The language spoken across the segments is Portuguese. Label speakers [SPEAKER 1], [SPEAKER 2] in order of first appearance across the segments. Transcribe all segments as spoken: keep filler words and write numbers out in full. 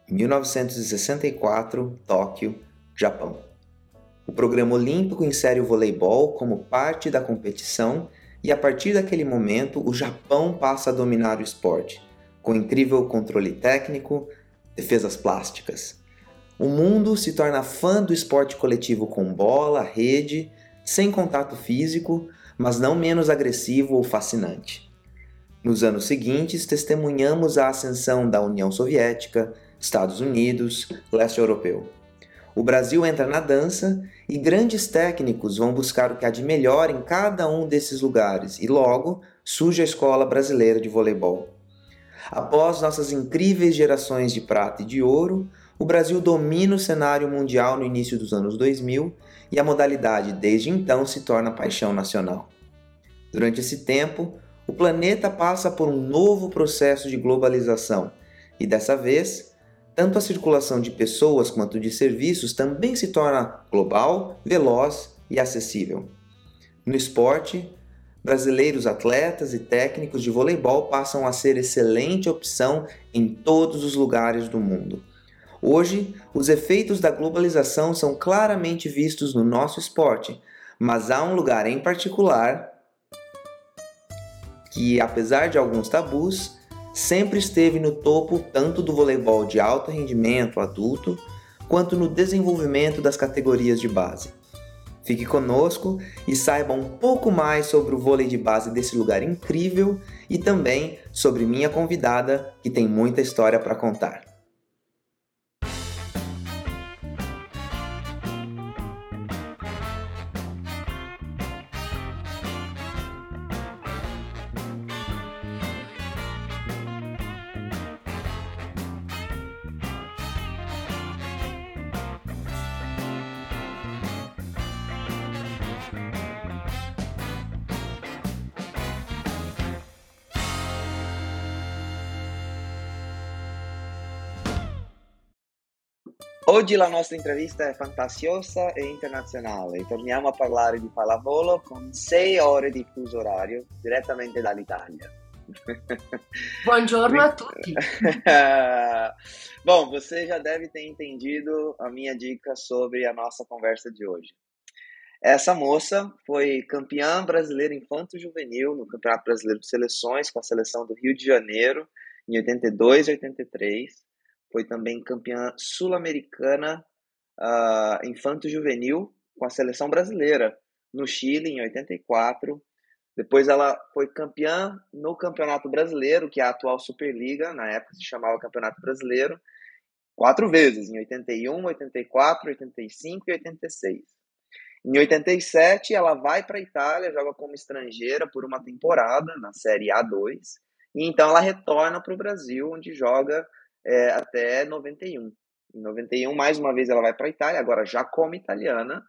[SPEAKER 1] mil novecentos e sessenta e quatro, Tóquio, Japão. O programa olímpico insere o voleibol como parte da competição e a partir daquele momento o Japão passa a dominar o esporte, com incrível controle técnico, defesas plásticas. O mundo se torna fã do esporte coletivo com bola, rede, sem contato físico, mas não menos agressivo ou fascinante. Nos anos seguintes, testemunhamos a ascensão da União Soviética, Estados Unidos, leste europeu. O Brasil entra na dança e grandes técnicos vão buscar o que há de melhor em cada um desses lugares e logo surge a Escola Brasileira de Voleibol. Após nossas incríveis gerações de prata e de ouro, o Brasil domina o cenário mundial no início dos anos dois mil e a modalidade desde então se torna paixão nacional. Durante esse tempo, o planeta passa por um novo processo de globalização e dessa vez, tanto a circulação de pessoas quanto de serviços também se torna global, veloz e acessível. No esporte, brasileiros atletas e técnicos de voleibol passam a ser excelente opção em todos os lugares do mundo. Hoje, os efeitos da globalização são claramente vistos no nosso esporte, mas há um lugar em particular que, apesar de alguns tabus, sempre esteve no topo tanto do voleibol de alto rendimento adulto, quanto no desenvolvimento das categorias de base. Fique conosco e saiba um pouco mais sobre o vôlei de base desse lugar incrível e também sobre minha convidada, que tem muita história para contar. Oggi la nostra intervista è fantasiosa e internazionale. Torniamo a parlare di pallavolo con sei ore di fuso orario direttamente dall'Italia.
[SPEAKER 2] Buongiorno a tutti.
[SPEAKER 1] Bom, você já deve ter entendido a minha dica sobre a nossa conversa de hoje. Essa moça foi campeã brasileira infanto-juvenil no Campeonato Brasileiro de Seleções com a seleção do Rio de Janeiro em oitenta e dois e oitenta e três. Foi também campeã sul-americana uh, infanto-juvenil com a seleção brasileira no Chile em oitenta e quatro. Depois ela foi campeã no Campeonato Brasileiro, que é a atual Superliga, na época se chamava Campeonato Brasileiro, quatro vezes, em oitenta e um, oitenta e quatro, oitenta e cinco e oitenta e seis. Em oitenta e sete, ela vai para a Itália, joga como estrangeira por uma temporada na Série A dois, e então ela retorna para o Brasil, onde joga É, até noventa e um. Em noventa e um, mais uma vez, ela vai para a Itália, agora já como italiana,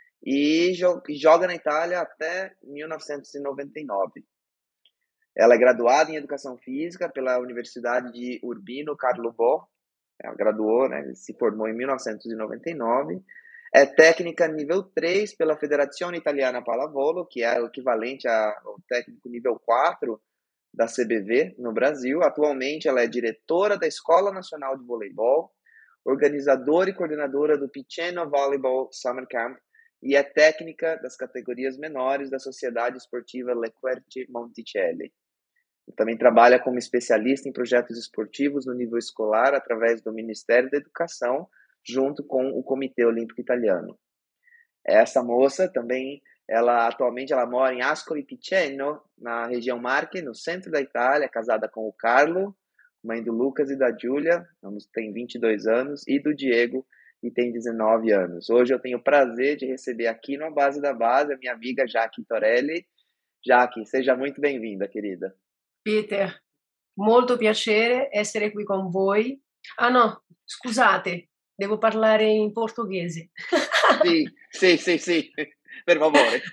[SPEAKER 1] e jo- joga na Itália até mil novecentos e noventa e nove. Ela é graduada em Educação Física pela Universidade de Urbino Carlo Bo. Ela graduou, né, se formou em mil novecentos e noventa e nove. É técnica nível três pela Federazione Italiana Pallavolo, que é o equivalente ao técnico nível quatro da C B V no Brasil. Atualmente ela é diretora da Escola Nacional de Voleibol, organizadora e coordenadora do Piceno Volleyball Summer Camp e é técnica das categorias menores da Sociedade Esportiva Lequerci Monticelli. Também trabalha como especialista em projetos esportivos no nível escolar através do Ministério da Educação, junto com o Comitê Olímpico Italiano. Essa moça também Ela atualmente ela mora em Ascoli Piceno, na região Marche, no centro da Itália, casada com o Carlo, mãe do Lucas e da Giulia, ambos têm vinte e dois anos, e do Diego, que tem dezenove anos. Hoje eu tenho o prazer de receber aqui no Base da Base a minha amiga Jaque Torelli. Jaque, seja muito bem-vinda, querida.
[SPEAKER 2] Peter, molto piacere essere qui con voi. Ah no, scusate, devo parlare in portoghese.
[SPEAKER 1] Sì, sì, sì, sì. Per favore.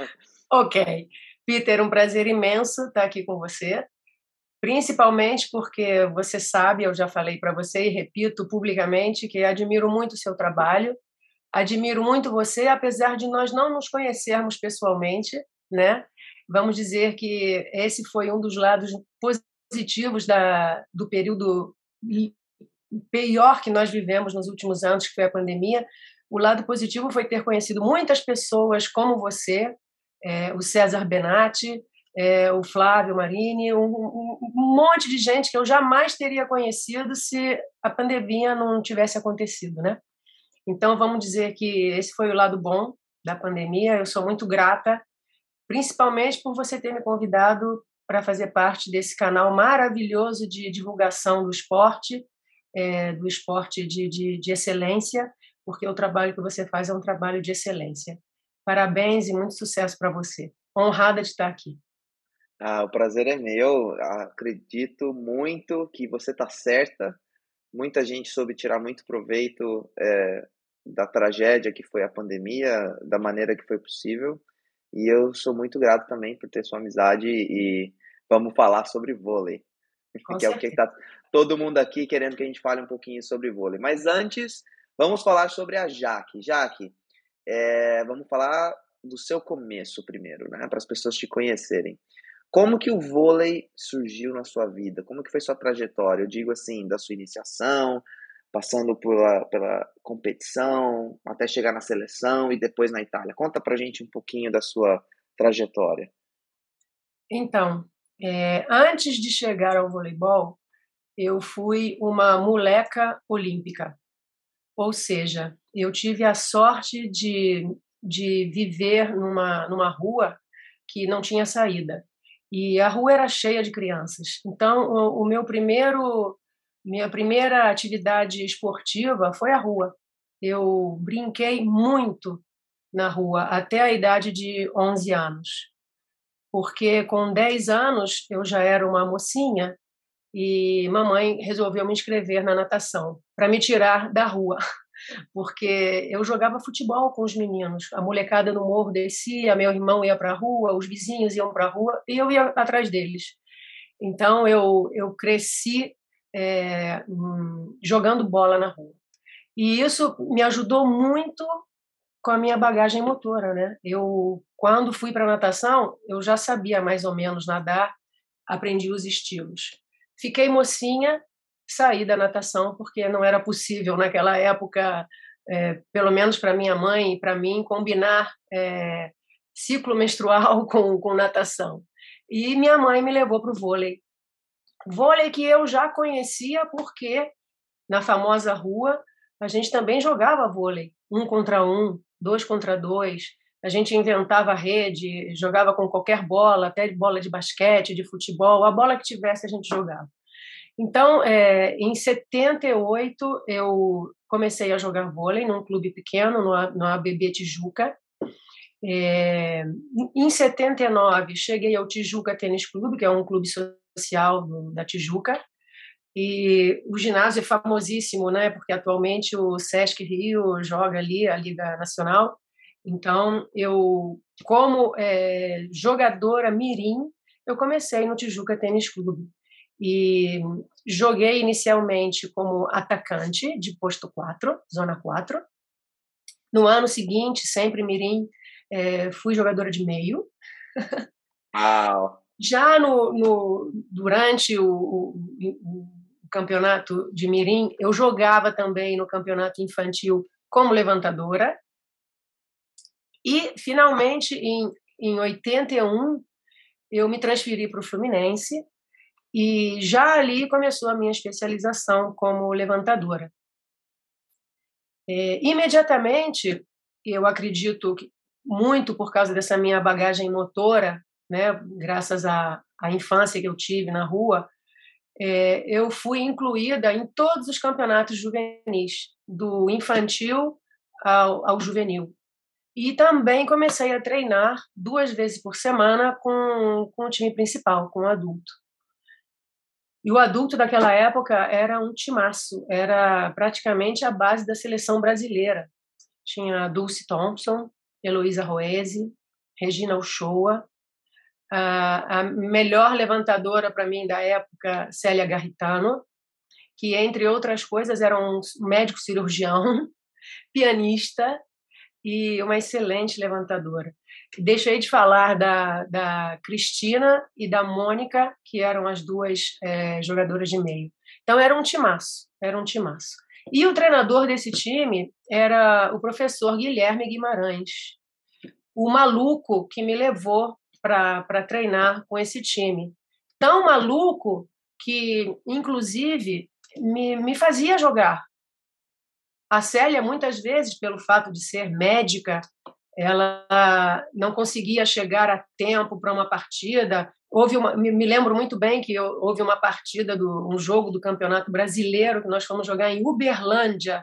[SPEAKER 2] Ok. Peter, um prazer imenso estar aqui com você, principalmente porque você sabe, eu já falei para você e repito publicamente que admiro muito o seu trabalho, admiro muito você, apesar de nós não nos conhecermos pessoalmente, né? Vamos dizer que esse foi um dos lados positivos da, do período pior que nós vivemos nos últimos anos, que foi a pandemia, o lado positivo foi ter conhecido muitas pessoas como você, é, o César Benatti, é, o Flávio Marini, um, um, um monte de gente que eu jamais teria conhecido se a pandemia não tivesse acontecido, né? Então, vamos dizer que esse foi o lado bom da pandemia. Eu sou muito grata, principalmente por você ter me convidado para fazer parte desse canal maravilhoso de divulgação do esporte, é, do esporte de, de, de excelência, porque o trabalho que você faz é um trabalho de excelência. Parabéns e muito sucesso para você. Honrada de estar aqui.
[SPEAKER 1] Ah, o prazer é meu. Acredito muito que você está certa. Muita gente soube tirar muito proveito é, da tragédia que foi a pandemia, da maneira que foi possível. E eu sou muito grato também por ter sua amizade e vamos falar sobre vôlei,
[SPEAKER 2] Com
[SPEAKER 1] que é o que
[SPEAKER 2] certeza.
[SPEAKER 1] está todo mundo aqui querendo que a gente fale um pouquinho sobre vôlei. Mas antes, vamos falar sobre a Jaque. Jaque, é, vamos falar do seu começo primeiro, né, para as pessoas te conhecerem. Como que o vôlei surgiu na sua vida? Como que foi sua trajetória? Eu digo assim, da sua iniciação, passando pela, pela competição, até chegar na seleção e depois na Itália. Conta pra gente um pouquinho da sua trajetória.
[SPEAKER 2] Então, é, antes de chegar ao voleibol, eu fui uma moleca olímpica. Ou seja, eu tive a sorte de, de viver numa, numa rua que não tinha saída. E a rua era cheia de crianças. Então, o, o meu primeiro, minha primeira atividade esportiva foi a rua. Eu brinquei muito na rua até a idade de onze anos, porque com dez anos eu já era uma mocinha e mamãe resolveu me inscrever na natação para me tirar da rua, porque eu jogava futebol com os meninos. A molecada no morro descia, meu irmão ia para a rua, os vizinhos iam para a rua e eu ia atrás deles. Então eu eu cresci é, jogando bola na rua. E isso me ajudou muito com a minha bagagem motora, né? Eu, quando fui para a natação, eu já sabia mais ou menos nadar, aprendi os estilos. Fiquei mocinha, saí da natação porque não era possível naquela época, é, pelo menos para minha mãe e para mim, combinar é, ciclo menstrual com, com natação. E minha mãe me levou para o vôlei. Vôlei que eu já conhecia porque na famosa rua a gente também jogava vôlei, um contra um, dois contra dois. A gente inventava rede, jogava com qualquer bola, até bola de basquete, de futebol, a bola que tivesse a gente jogava. Então, é, em setenta e oito, eu comecei a jogar vôlei num clube pequeno, no, no A B B Tijuca. É, em setenta e nove, cheguei ao Tijuca Tênis Clube, que é um clube social da Tijuca, e o ginásio é famosíssimo, né? Porque atualmente o Sesc Rio joga ali a Liga Nacional. Então, eu, como é, jogadora mirim, eu comecei no Tijuca Tênis Clube. E joguei inicialmente como atacante de posto quatro, zona quatro. No ano seguinte, sempre mirim, é, fui jogadora de meio.
[SPEAKER 1] Uau!
[SPEAKER 2] Já no, no, durante o, o, o campeonato de mirim, eu jogava também no campeonato infantil como levantadora. E, finalmente, em, em oitenta e um, eu me transferi para o Fluminense e já ali começou a minha especialização como levantadora. É, imediatamente, eu acredito que muito por causa dessa minha bagagem motora, né, graças à, à infância que eu tive na rua, é, eu fui incluída em todos os campeonatos juvenis, do infantil ao, ao juvenil. E também comecei a treinar duas vezes por semana com, com o time principal, com o adulto. E o adulto daquela época era um timaço, era praticamente a base da seleção brasileira. Tinha Dulce Thompson, Heloísa Roese, Regina Uchoa, a, a melhor levantadora para mim da época, Célia Garritano, que, entre outras coisas, era um médico cirurgião, pianista e uma excelente levantadora. Deixei de falar da, da Cristina e da Mônica, que eram as duas é, jogadoras de meio. Então, era um timaço. Era um timaço. E o treinador desse time era o professor Guilherme Guimarães, o maluco que me levou para treinar com esse time. Tão maluco que, inclusive, me, me fazia jogar. A Célia, muitas vezes, pelo fato de ser médica, ela não conseguia chegar a tempo para uma partida. Houve uma, me lembro muito bem que houve uma partida, do, um jogo do Campeonato Brasileiro, que nós fomos jogar em Uberlândia.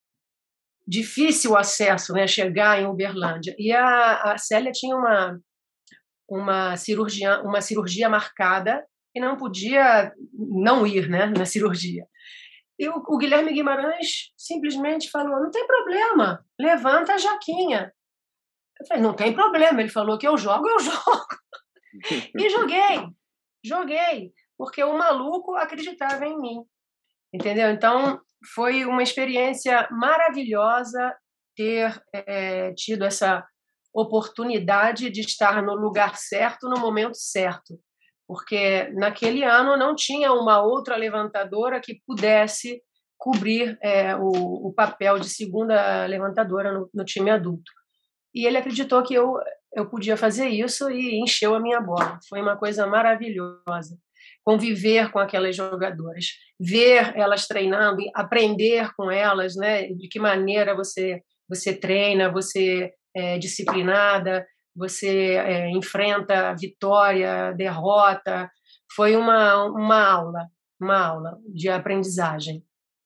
[SPEAKER 2] Difícil o acesso, né, chegar em Uberlândia. E a, a Célia tinha uma, uma, cirurgia, uma cirurgia marcada e não podia não ir, né, na cirurgia. E o, o Guilherme Guimarães simplesmente falou, não tem problema, levanta a jaquinha. Eu falei, não tem problema. Ele falou que eu jogo, eu jogo. E joguei, joguei, porque o maluco acreditava em mim, entendeu? Então, foi uma experiência maravilhosa ter é, tido essa oportunidade de estar no lugar certo, no momento certo, porque naquele ano não tinha uma outra levantadora que pudesse cobrir é, o, o papel de segunda levantadora no, no time adulto. E ele acreditou que eu, eu podia fazer isso e encheu a minha bola. Foi uma coisa maravilhosa. Conviver com aquelas jogadoras, ver elas treinando, aprender com elas, né? De que maneira você, você treina, você é disciplinada, você é, enfrenta vitória, derrota. Foi uma, uma aula, uma aula de aprendizagem.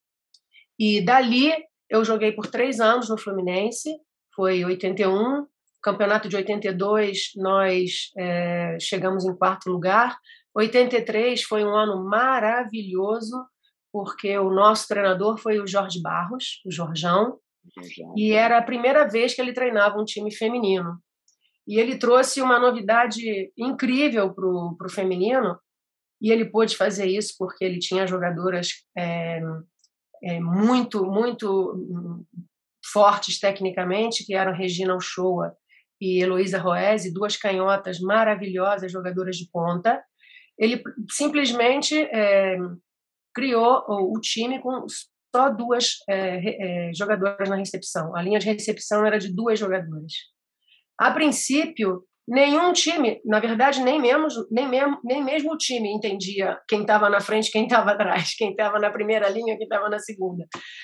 [SPEAKER 2] E dali eu joguei por três anos no Fluminense, foi oitenta e um, campeonato de oitenta e dois nós é, chegamos em quarto lugar, oitenta e três foi um ano maravilhoso, porque o nosso treinador foi o Jorge Barros, o Jorjão, e era a primeira vez que ele treinava um time feminino. E ele trouxe uma novidade incrível para o feminino, e ele pôde fazer isso porque ele tinha jogadoras é, é, muito, muito fortes tecnicamente, que eram Regina Uchoa e Heloísa Roese, duas canhotas maravilhosas, jogadoras de ponta. Ele simplesmente é, criou o time com só duas é, é, jogadoras na recepção. A linha de recepção era de duas jogadoras. A princípio, nenhum time, na verdade, nem mesmo, nem mesmo, nem mesmo o time entendia quem estava na frente, quem estava atrás, quem estava na primeira linha, quem estava na segunda.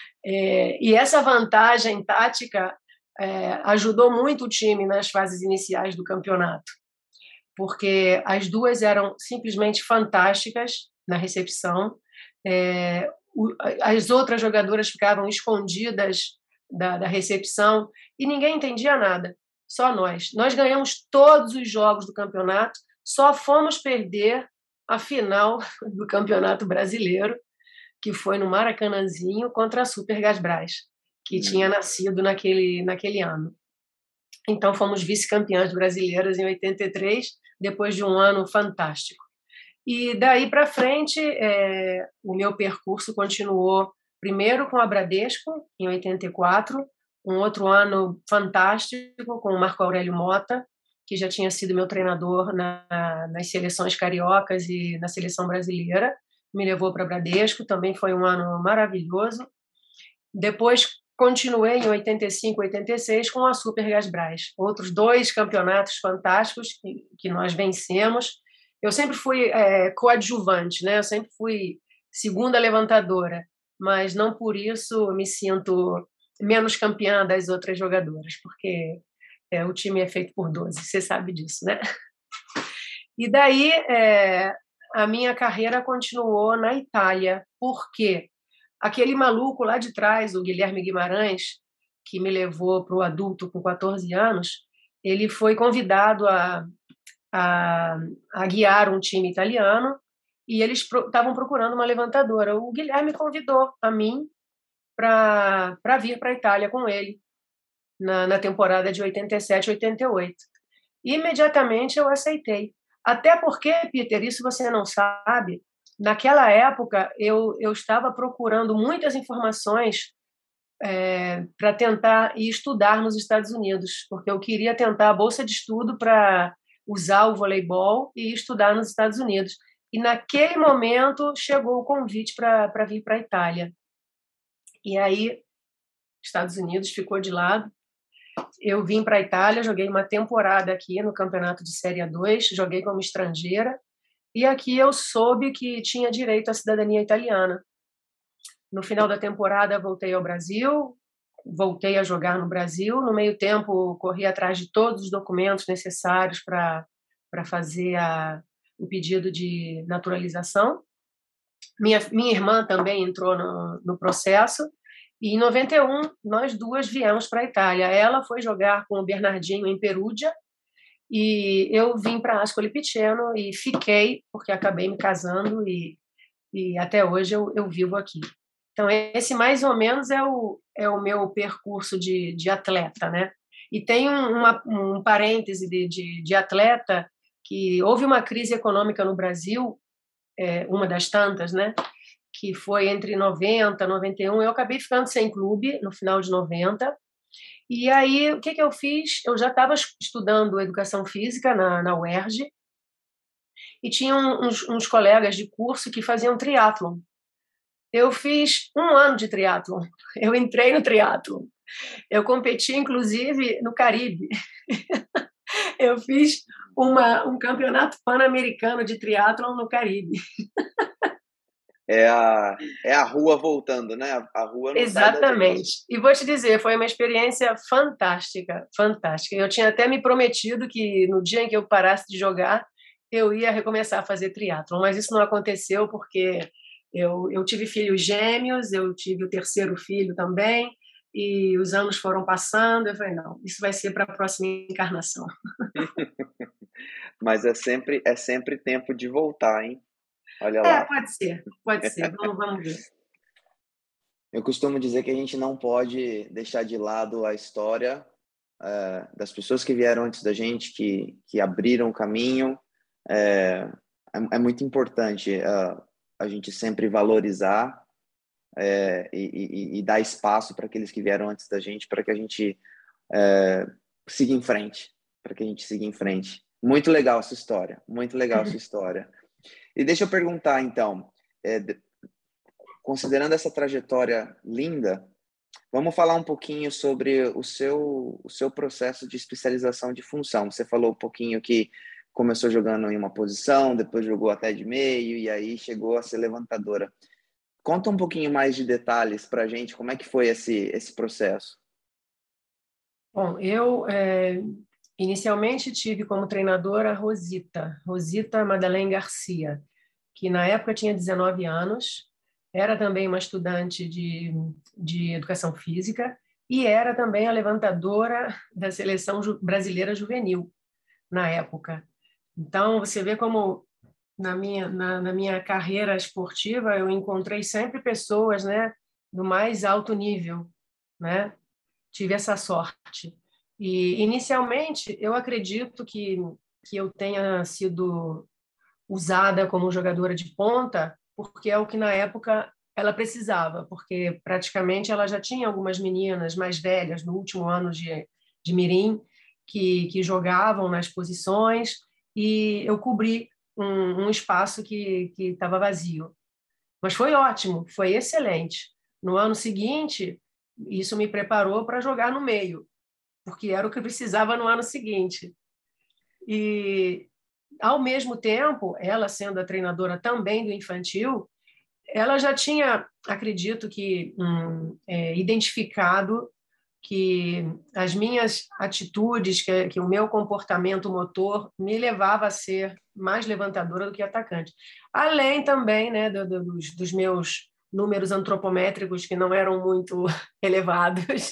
[SPEAKER 2] É, e essa vantagem tática é, ajudou muito o time nas fases iniciais do campeonato, porque as duas eram simplesmente fantásticas na recepção. É, o, as outras jogadoras ficavam escondidas da, da recepção e ninguém entendia nada. Só nós. Nós ganhamos todos os jogos do campeonato, só fomos perder a final do Campeonato Brasileiro, que foi no Maracanãzinho contra a Super Gasbras, que hum. tinha nascido naquele, naquele ano. Então, fomos vice-campeãs brasileiras em oitenta e três, depois de um ano fantástico. E daí para frente, é, o meu percurso continuou primeiro com a Bradesco, em oitenta e quatro, um outro ano fantástico com o Marco Aurélio Mota, que já tinha sido meu treinador na, nas seleções cariocas e na seleção brasileira, me levou para Bradesco, também foi um ano maravilhoso. Depois continuei em oitenta e cinco, oitenta e seis com a Super Gasbras, outros dois campeonatos fantásticos que, que nós vencemos. Eu sempre fui é, coadjuvante, né? Eu sempre fui segunda levantadora, mas não por isso me sinto menos campeã das outras jogadoras, porque é, o time é feito por doze, você sabe disso, né? E daí é, a minha carreira continuou na Itália, porque aquele maluco lá de trás, o Guilherme Guimarães, que me levou para o adulto com quatorze anos, ele foi convidado a, a, a guiar um time italiano e eles estavam pro, procurando uma levantadora. O Guilherme convidou a mim para vir para a Itália com ele na, na temporada de oitenta e sete, oitenta e oito. Imediatamente eu aceitei. Até porque, Peter, isso você não sabe, naquela época eu, eu estava procurando muitas informações é, para tentar ir estudar nos Estados Unidos, porque eu queria tentar a bolsa de estudo para usar o voleibol e estudar nos Estados Unidos. E naquele momento chegou o convite para vir para a Itália. E aí, Estados Unidos ficou de lado. Eu vim para a Itália, joguei uma temporada aqui no campeonato de Série A dois, joguei como estrangeira, e aqui eu soube que tinha direito à cidadania italiana. No final da temporada, voltei ao Brasil, voltei a jogar no Brasil. No meio tempo, corri atrás de todos os documentos necessários para para fazer a, o pedido de naturalização. Minha, minha irmã também entrou no, no processo. E em noventa e um, nós duas viemos para a Itália. Ela foi jogar com o Bernardinho em Perugia e eu vim para Ascoli Piceno e fiquei, porque acabei me casando e, e até hoje eu, eu vivo aqui. Então, esse mais ou menos é o, é o meu percurso de, de atleta, né? E tem um, uma, um parêntese de, de, de atleta que houve uma crise econômica no Brasil, é, uma das tantas, né? Que foi entre noventa e noventa e um. Eu acabei ficando sem clube no final de noventa. E aí, o que, que eu fiz? Eu já estava estudando educação física na, na U E R J e tinha uns, uns colegas de curso que faziam triatlon. Eu fiz um ano de triatlon. Eu entrei no triatlon. Eu competi, inclusive, no Caribe. Eu fiz uma, um campeonato pan-americano de triatlon no Caribe.
[SPEAKER 1] É a, é a rua voltando, né? A, a rua não
[SPEAKER 2] Exatamente.
[SPEAKER 1] sai da gente.
[SPEAKER 2] E vou te dizer, foi uma experiência fantástica, fantástica. Eu tinha até me prometido que no dia em que eu parasse de jogar, eu ia recomeçar a fazer triatlon, mas isso não aconteceu porque eu, eu tive filhos gêmeos, eu tive o terceiro filho também, e os anos foram passando, eu falei, não, isso vai ser para a próxima encarnação.
[SPEAKER 1] Mas é sempre, é sempre tempo de voltar, hein? Olha
[SPEAKER 2] É,
[SPEAKER 1] lá.
[SPEAKER 2] pode ser, pode ser, vamos, vamos ver.
[SPEAKER 1] Eu costumo dizer que a gente não pode deixar de lado a história é, das pessoas que vieram antes da gente, que, que abriram o caminho. É, é, é muito importante uh, a gente sempre valorizar é, e, e, e dar espaço para aqueles que vieram antes da gente, para que a gente é, siga em frente, para que a gente siga em frente. Muito legal essa história, muito legal essa história. E deixa eu perguntar, então, é, considerando essa trajetória linda, vamos falar um pouquinho sobre o seu, o seu processo de especialização de função. Você falou um pouquinho que começou jogando em uma posição, depois jogou até de meio e aí chegou a ser levantadora. Conta um pouquinho mais de detalhes para a gente, como é que foi esse, esse processo?
[SPEAKER 2] Bom, eu é, inicialmente tive como treinadora a Rosita, Rosita Madeleine Garcia, que na época tinha dezenove anos, era também uma estudante de, de educação física e era também a levantadora da seleção ju- brasileira juvenil na época. Então, você vê como na minha, na, na minha carreira esportiva eu encontrei sempre pessoas, né, do mais alto nível, né? Tive essa sorte. E, inicialmente, eu acredito que, que eu tenha sido usada como jogadora de ponta, porque é o que na época ela precisava, porque praticamente ela já tinha algumas meninas mais velhas no último ano de, de Mirim que, que jogavam nas posições e eu cobri um, um espaço que que estava vazio. Mas foi ótimo, foi excelente. No ano seguinte, isso me preparou para jogar no meio, porque era o que eu precisava no ano seguinte. E, ao mesmo tempo, ela sendo a treinadora também do infantil, ela já tinha, acredito que, hum, é, identificado que as minhas atitudes, que, que o meu comportamento motor me levava a ser mais levantadora do que atacante. Além também, né, do, do, dos, dos meus números antropométricos que não eram muito elevados.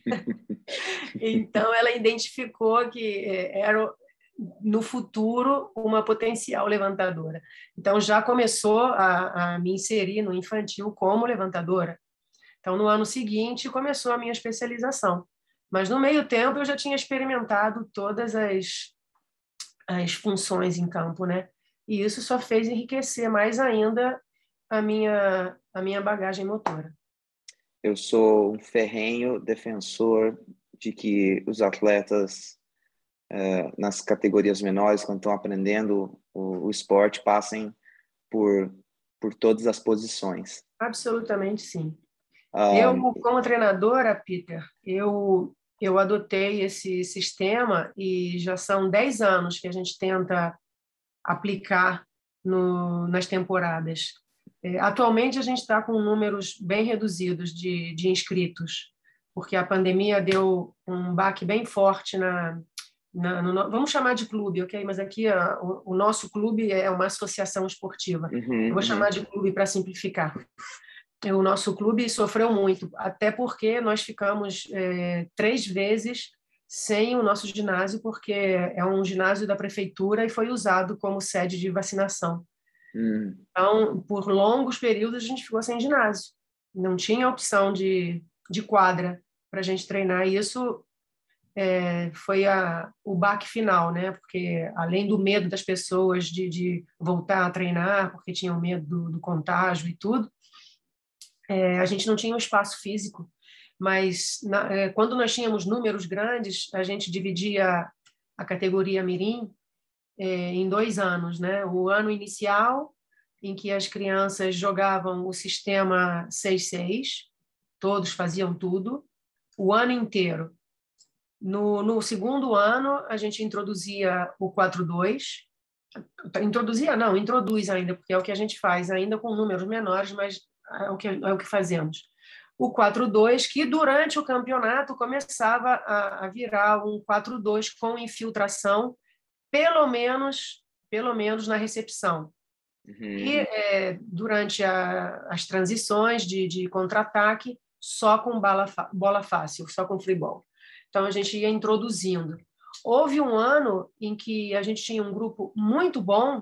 [SPEAKER 2] Então, ela identificou que era, no futuro, uma potencial levantadora. Então, já começou a, a me inserir no infantil como levantadora. Então, no ano seguinte, começou a minha especialização. Mas, no meio tempo, eu já tinha experimentado todas as, as funções em campo, né? E isso só fez enriquecer mais ainda a minha, a minha bagagem motora.
[SPEAKER 1] Eu sou um ferrenho defensor de que os atletas eh, nas categorias menores, quando estão aprendendo o, o esporte, passem por, por todas as posições.
[SPEAKER 2] Absolutamente sim. Eu, como treinadora, Peter, eu, eu adotei esse sistema e já são dez anos que a gente tenta aplicar no, nas temporadas. É, atualmente, a gente está com números bem reduzidos de, de inscritos, porque a pandemia deu um baque bem forte na, na no, vamos chamar de clube, ok? Mas aqui a, o, o nosso clube é uma associação esportiva.
[SPEAKER 1] Uhum,
[SPEAKER 2] Eu vou
[SPEAKER 1] uhum.
[SPEAKER 2] chamar de clube para simplificar. O nosso clube sofreu muito, até porque nós ficamos é, três vezes sem o nosso ginásio, porque é um ginásio da prefeitura e foi usado como sede de vacinação.
[SPEAKER 1] Uhum.
[SPEAKER 2] Então, por longos períodos, a gente ficou sem ginásio. Não tinha opção de, de quadra para a gente treinar. E isso é, foi a, o baque final, né? Porque, além do medo das pessoas de, de voltar a treinar, porque tinham medo do, do contágio e tudo, É, a gente não tinha um espaço físico, mas na, é, quando nós tínhamos números grandes, a gente dividia a categoria Mirim é, em dois anos, né? O ano inicial, em que as crianças jogavam o sistema seis seis, todos faziam tudo, o ano inteiro. No, no segundo ano, a gente introduzia o quatro dois. Introduzia? Não, introduz ainda, porque é o que a gente faz, ainda com números menores, mas é o que, é o que fazemos. O quatro dois, que durante o campeonato começava a, a virar um quatro dois com infiltração, pelo menos, pelo menos na recepção.
[SPEAKER 1] Uhum.
[SPEAKER 2] E é, durante a, as transições de, de contra-ataque, só com bala, bola fácil, só com free ball. Então, a gente ia introduzindo. Houve um ano em que a gente tinha um grupo muito bom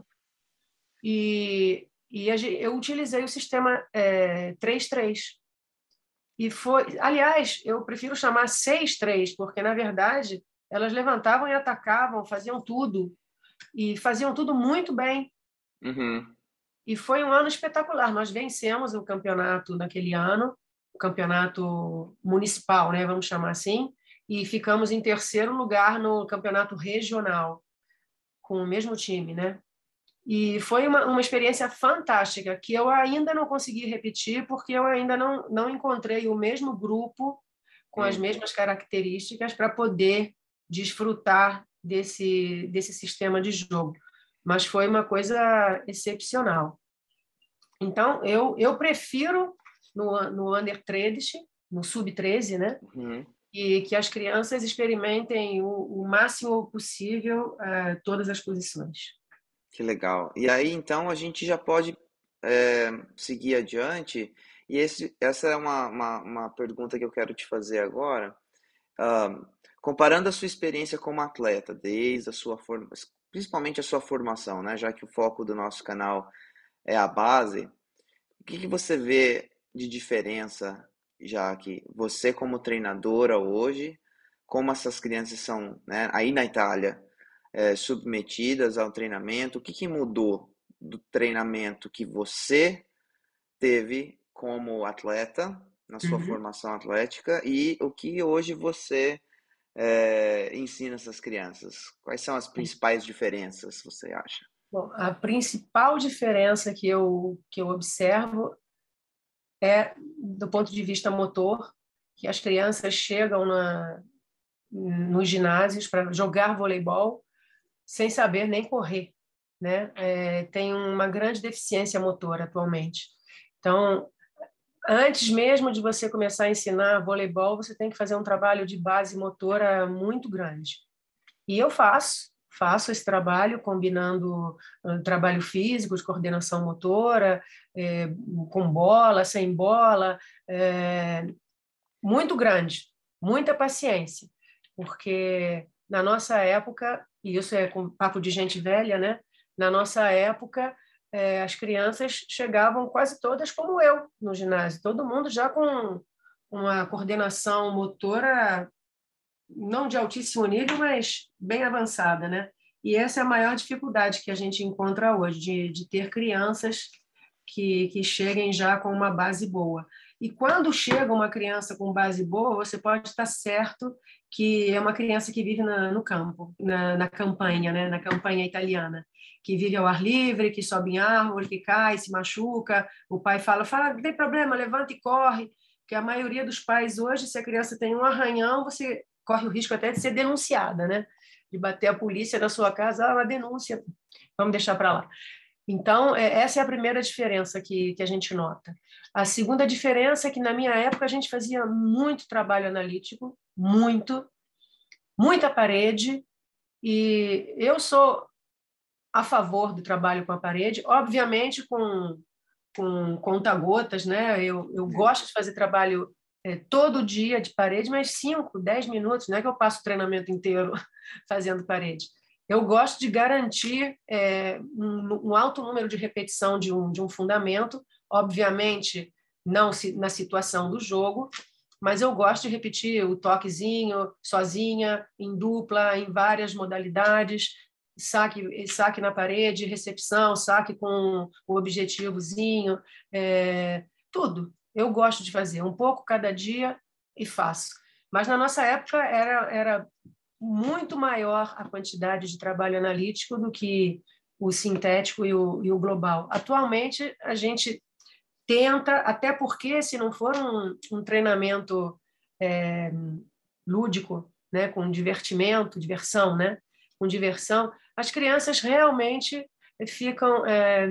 [SPEAKER 2] e, e a, eu utilizei o sistema é, três três. E foi, aliás, eu prefiro chamar seis três, porque, na verdade, elas levantavam e atacavam, faziam tudo, e faziam tudo muito bem.
[SPEAKER 1] Uhum.
[SPEAKER 2] E foi um ano espetacular. Nós vencemos o campeonato naquele ano, o campeonato municipal, né, vamos chamar assim, e ficamos em terceiro lugar no campeonato regional, com o mesmo time, né? E foi uma, uma experiência fantástica, que eu ainda não consegui repetir, porque eu ainda não, não encontrei o mesmo grupo com as
[SPEAKER 1] Hum.
[SPEAKER 2] mesmas características para poder desfrutar desse, desse sistema de jogo. Mas foi uma coisa excepcional. Então, eu, eu prefiro no, no Under treze, no Sub treze, né?
[SPEAKER 1] Uhum.
[SPEAKER 2] E que as crianças experimentem o, o máximo possível uh, todas as posições.
[SPEAKER 1] Que legal. E aí, então, a gente já pode é, seguir adiante. E esse, essa é uma, uma, uma pergunta que eu quero te fazer agora. Uh, comparando a sua experiência como atleta, desde a sua formação, principalmente a sua formação, né? Já que o foco do nosso canal é a base, o que que você vê de diferença, já que você como treinadora hoje, como essas crianças são, né, aí na Itália, é, submetidas ao treinamento, o que que mudou do treinamento que você teve como atleta, na sua
[SPEAKER 2] Uhum.
[SPEAKER 1] formação atlética, e o que hoje você é, ensina essas crianças? Quais são as principais diferenças, você acha?
[SPEAKER 2] Bom, a principal diferença que eu, que eu observo é do ponto de vista motor, que as crianças chegam na, nos ginásios para jogar voleibol sem saber nem correr, né? É, tem uma grande deficiência motora atualmente. Então, antes mesmo de você começar a ensinar voleibol, você tem que fazer um trabalho de base motora muito grande. E eu faço, faço esse trabalho combinando uh, trabalho físico, de coordenação motora, é, com bola, sem bola, é, muito grande, muita paciência, porque na nossa época, e isso é com papo de gente velha, né? Na nossa época, é, as crianças chegavam quase todas como eu no ginásio, todo mundo já com uma coordenação motora não de altíssimo nível, mas bem avançada, né? E essa é a maior dificuldade que a gente encontra hoje, de, de ter crianças que, que cheguem já com uma base boa. E quando chega uma criança com base boa, você pode estar certo que é uma criança que vive na, no campo, na, na campanha, né? Na campanha italiana, que vive ao ar livre, que sobe em árvore, que cai, se machuca. O pai fala, fala, não tem problema, levanta e corre. Porque a maioria dos pais hoje, se a criança tem um arranhão, você corre o risco até de ser denunciada, né? De bater a polícia na sua casa, ah, uma denúncia, vamos deixar para lá. Então, essa é a primeira diferença que, que a gente nota. A segunda diferença é que, na minha época, a gente fazia muito trabalho analítico, muito, muita parede, e eu sou a favor do trabalho com a parede, obviamente com, com conta-gotas, né? Eu, eu gosto de fazer trabalho é, todo dia de parede, mas cinco, dez minutos, não é que eu passo o treinamento inteiro fazendo parede. Eu gosto de garantir é, um, um alto número de repetição de um, de um fundamento, obviamente não se, na situação do jogo, mas eu gosto de repetir o toquezinho sozinha, em dupla, em várias modalidades, saque, saque na parede, recepção, saque com o objetivozinho, é, tudo. Eu gosto de fazer um pouco cada dia e faço. Mas na nossa época era, era muito maior a quantidade de trabalho analítico do que o sintético e o, e o global. Atualmente, a gente tenta, até porque se não for um, um treinamento é, lúdico, né, com divertimento, diversão, né, com diversão, as crianças realmente ficam, é,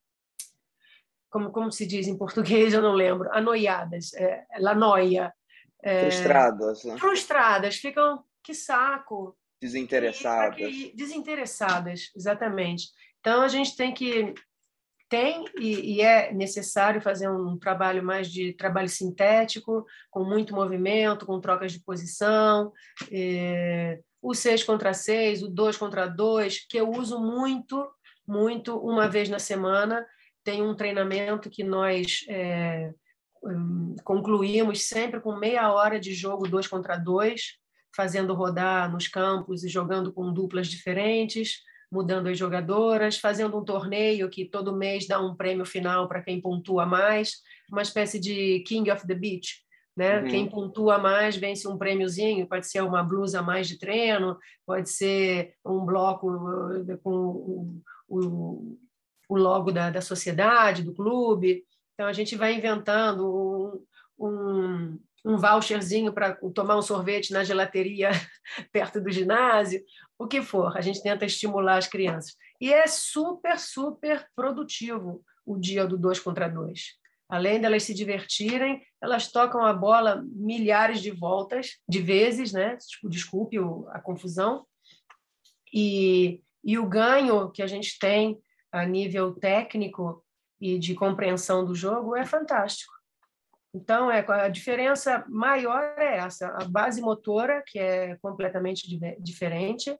[SPEAKER 2] como, como se diz em português, eu não lembro, anoiadas, é, lanoia, é,
[SPEAKER 1] Frustradas, né?
[SPEAKER 2] frustradas, ficam, que saco, para que
[SPEAKER 1] Desinteressadas.
[SPEAKER 2] ir? Desinteressadas, exatamente. Então, a gente tem que tem e, e é necessário fazer um trabalho mais de trabalho sintético, com muito movimento, com trocas de posição, é, o seis contra seis, o dois contra dois, que eu uso muito, muito, uma vez na semana. Tem um treinamento que nós é, um, concluímos sempre com meia hora de jogo dois contra dois, fazendo rodar nos campos e jogando com duplas diferentes, mudando as jogadoras, fazendo um torneio que todo mês dá um prêmio final para quem pontua mais, uma espécie de King of the Beach, né? Quem
[SPEAKER 1] Uhum.
[SPEAKER 2] pontua mais vence um prêmiozinho, pode ser uma blusa a mais de treino, pode ser um bloco com o, o, o logo da, da sociedade, do clube. Então, a gente vai inventando um, um, um voucherzinho para tomar um sorvete na gelateria perto do ginásio, o que for. A gente tenta estimular as crianças. E é super, super produtivo o dia do dois contra dois. Além delas se divertirem, elas tocam a bola milhares de voltas, de vezes, né? Desculpe a confusão. E, e o ganho que a gente tem a nível técnico e de compreensão do jogo é fantástico. Então, é, a diferença maior é essa, a base motora, que é completamente diferente,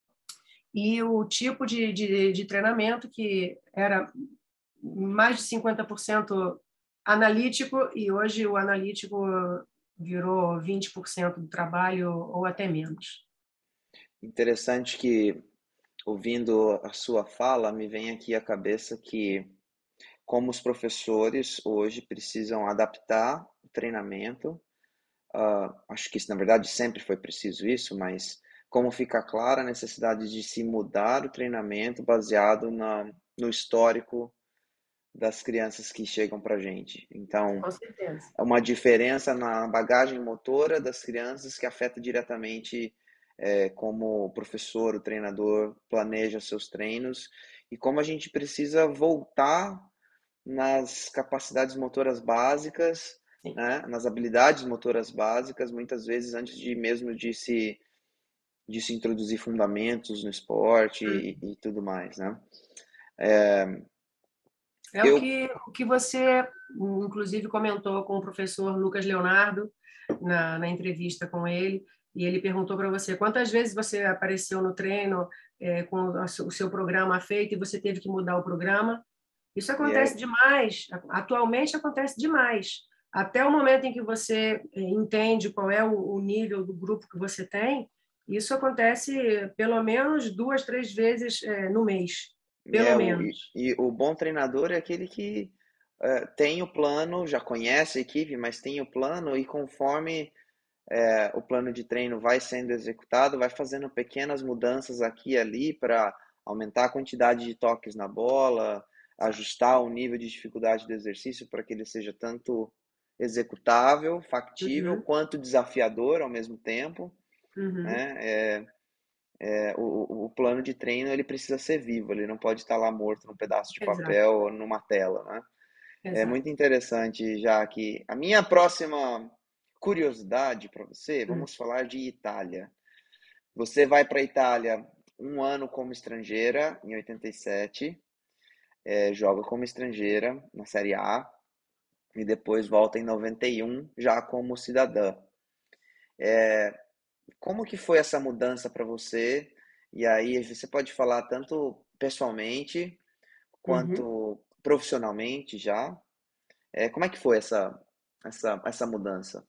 [SPEAKER 2] e o tipo de, de, de treinamento, que era mais de cinquenta por cento analítico, e hoje o analítico virou vinte por cento do trabalho, ou até menos.
[SPEAKER 1] Interessante que, ouvindo a sua fala, me vem aqui à cabeça que, como os professores hoje precisam adaptar o treinamento, uh, acho que isso, na verdade, sempre foi preciso isso, mas como fica clara a necessidade de se mudar o treinamento baseado na, no histórico das crianças que chegam para a gente. Então,
[SPEAKER 2] Com certeza.
[SPEAKER 1] é uma diferença na bagagem motora das crianças que afeta diretamente é, como o professor, o treinador planeja seus treinos e como a gente precisa voltar nas capacidades motoras básicas,
[SPEAKER 2] Sim.
[SPEAKER 1] né, nas habilidades motoras básicas, muitas vezes antes de mesmo de se, de se introduzir fundamentos no esporte e, e tudo mais, né? É,
[SPEAKER 2] É o
[SPEAKER 1] eu,
[SPEAKER 2] que, o que você, inclusive, comentou com o professor Lucas Leonardo na, na entrevista com ele, e ele perguntou para você quantas vezes você apareceu no treino é, com o seu programa feito e você teve que mudar o programa. Isso acontece
[SPEAKER 1] é,
[SPEAKER 2] demais, atualmente acontece demais. Até o momento em que você é, entende qual é o, o nível do grupo que você tem, isso acontece pelo menos duas, três vezes é, no mês, pelo
[SPEAKER 1] é o, e,
[SPEAKER 2] menos.
[SPEAKER 1] e o bom treinador é aquele que é, tem o plano, já conhece a equipe, mas tem o plano e conforme é, o plano de treino vai sendo executado, vai fazendo pequenas mudanças aqui e ali para aumentar a quantidade de toques na bola, ajustar o nível de dificuldade do exercício para que ele seja tanto executável, factível,
[SPEAKER 2] Uhum.
[SPEAKER 1] quanto desafiador ao mesmo tempo,
[SPEAKER 2] Uhum.
[SPEAKER 1] né? É, é, o, o plano de treino ele precisa ser vivo, ele não pode estar lá morto num pedaço de
[SPEAKER 2] Exato,
[SPEAKER 1] papel ou numa tela, né? É muito
[SPEAKER 2] exato.
[SPEAKER 1] interessante, já que a minha próxima curiosidade para você,
[SPEAKER 2] Hum.
[SPEAKER 1] vamos falar de Itália. Você vai para a Itália um ano como estrangeira, em oitenta e sete, é, joga como estrangeira na Série A, e depois volta em noventa e um já como cidadã. Como que foi essa mudança para você? E aí você pode falar tanto pessoalmente
[SPEAKER 2] Uhum.
[SPEAKER 1] quanto profissionalmente já. É, como é que foi essa, essa, essa mudança?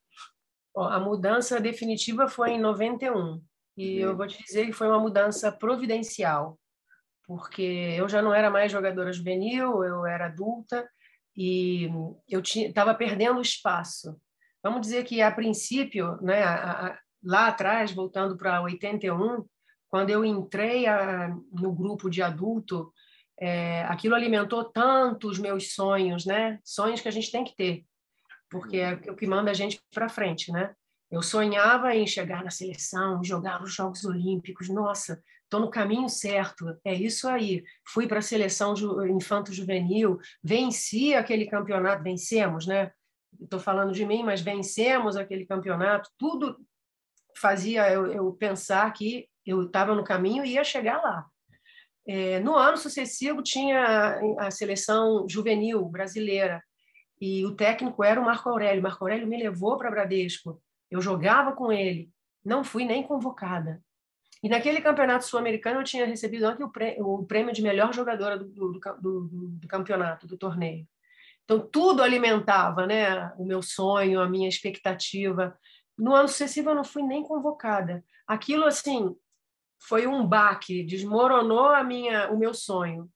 [SPEAKER 2] Ó, a mudança definitiva foi em noventa e um. E eu
[SPEAKER 1] Uhum,
[SPEAKER 2] vou te dizer que foi uma mudança providencial, porque eu já não era mais jogadora juvenil, eu era adulta e eu estava perdendo espaço. Vamos dizer que, a princípio, né, a, a, lá atrás, voltando para oitenta e um, quando eu entrei a, no grupo de adulto, é, aquilo alimentou tanto os meus sonhos, né? Sonhos que a gente tem que ter, porque
[SPEAKER 1] uhum,
[SPEAKER 2] é o que manda a gente para frente, né? Eu sonhava em chegar na seleção, jogar os Jogos Olímpicos. Nossa, estou no caminho certo. É isso aí. Fui para a seleção infanto-juvenil, venci aquele campeonato, vencemos, né? Estou falando de mim, mas vencemos aquele campeonato. Tudo fazia eu, eu pensar que eu estava no caminho e ia chegar lá. É, no ano sucessivo tinha a seleção juvenil brasileira e o técnico era o Marco Aurélio. Marco Aurélio me levou para Bradesco. Eu jogava com ele. Não fui nem convocada. E naquele campeonato sul-americano eu tinha recebido ontem o prêmio de melhor jogadora do, do, do, do campeonato, do torneio. Então tudo alimentava, né, o meu sonho, a minha expectativa. No ano sucessivo eu não fui nem convocada. Aquilo assim foi um baque, desmoronou a minha, o meu sonho.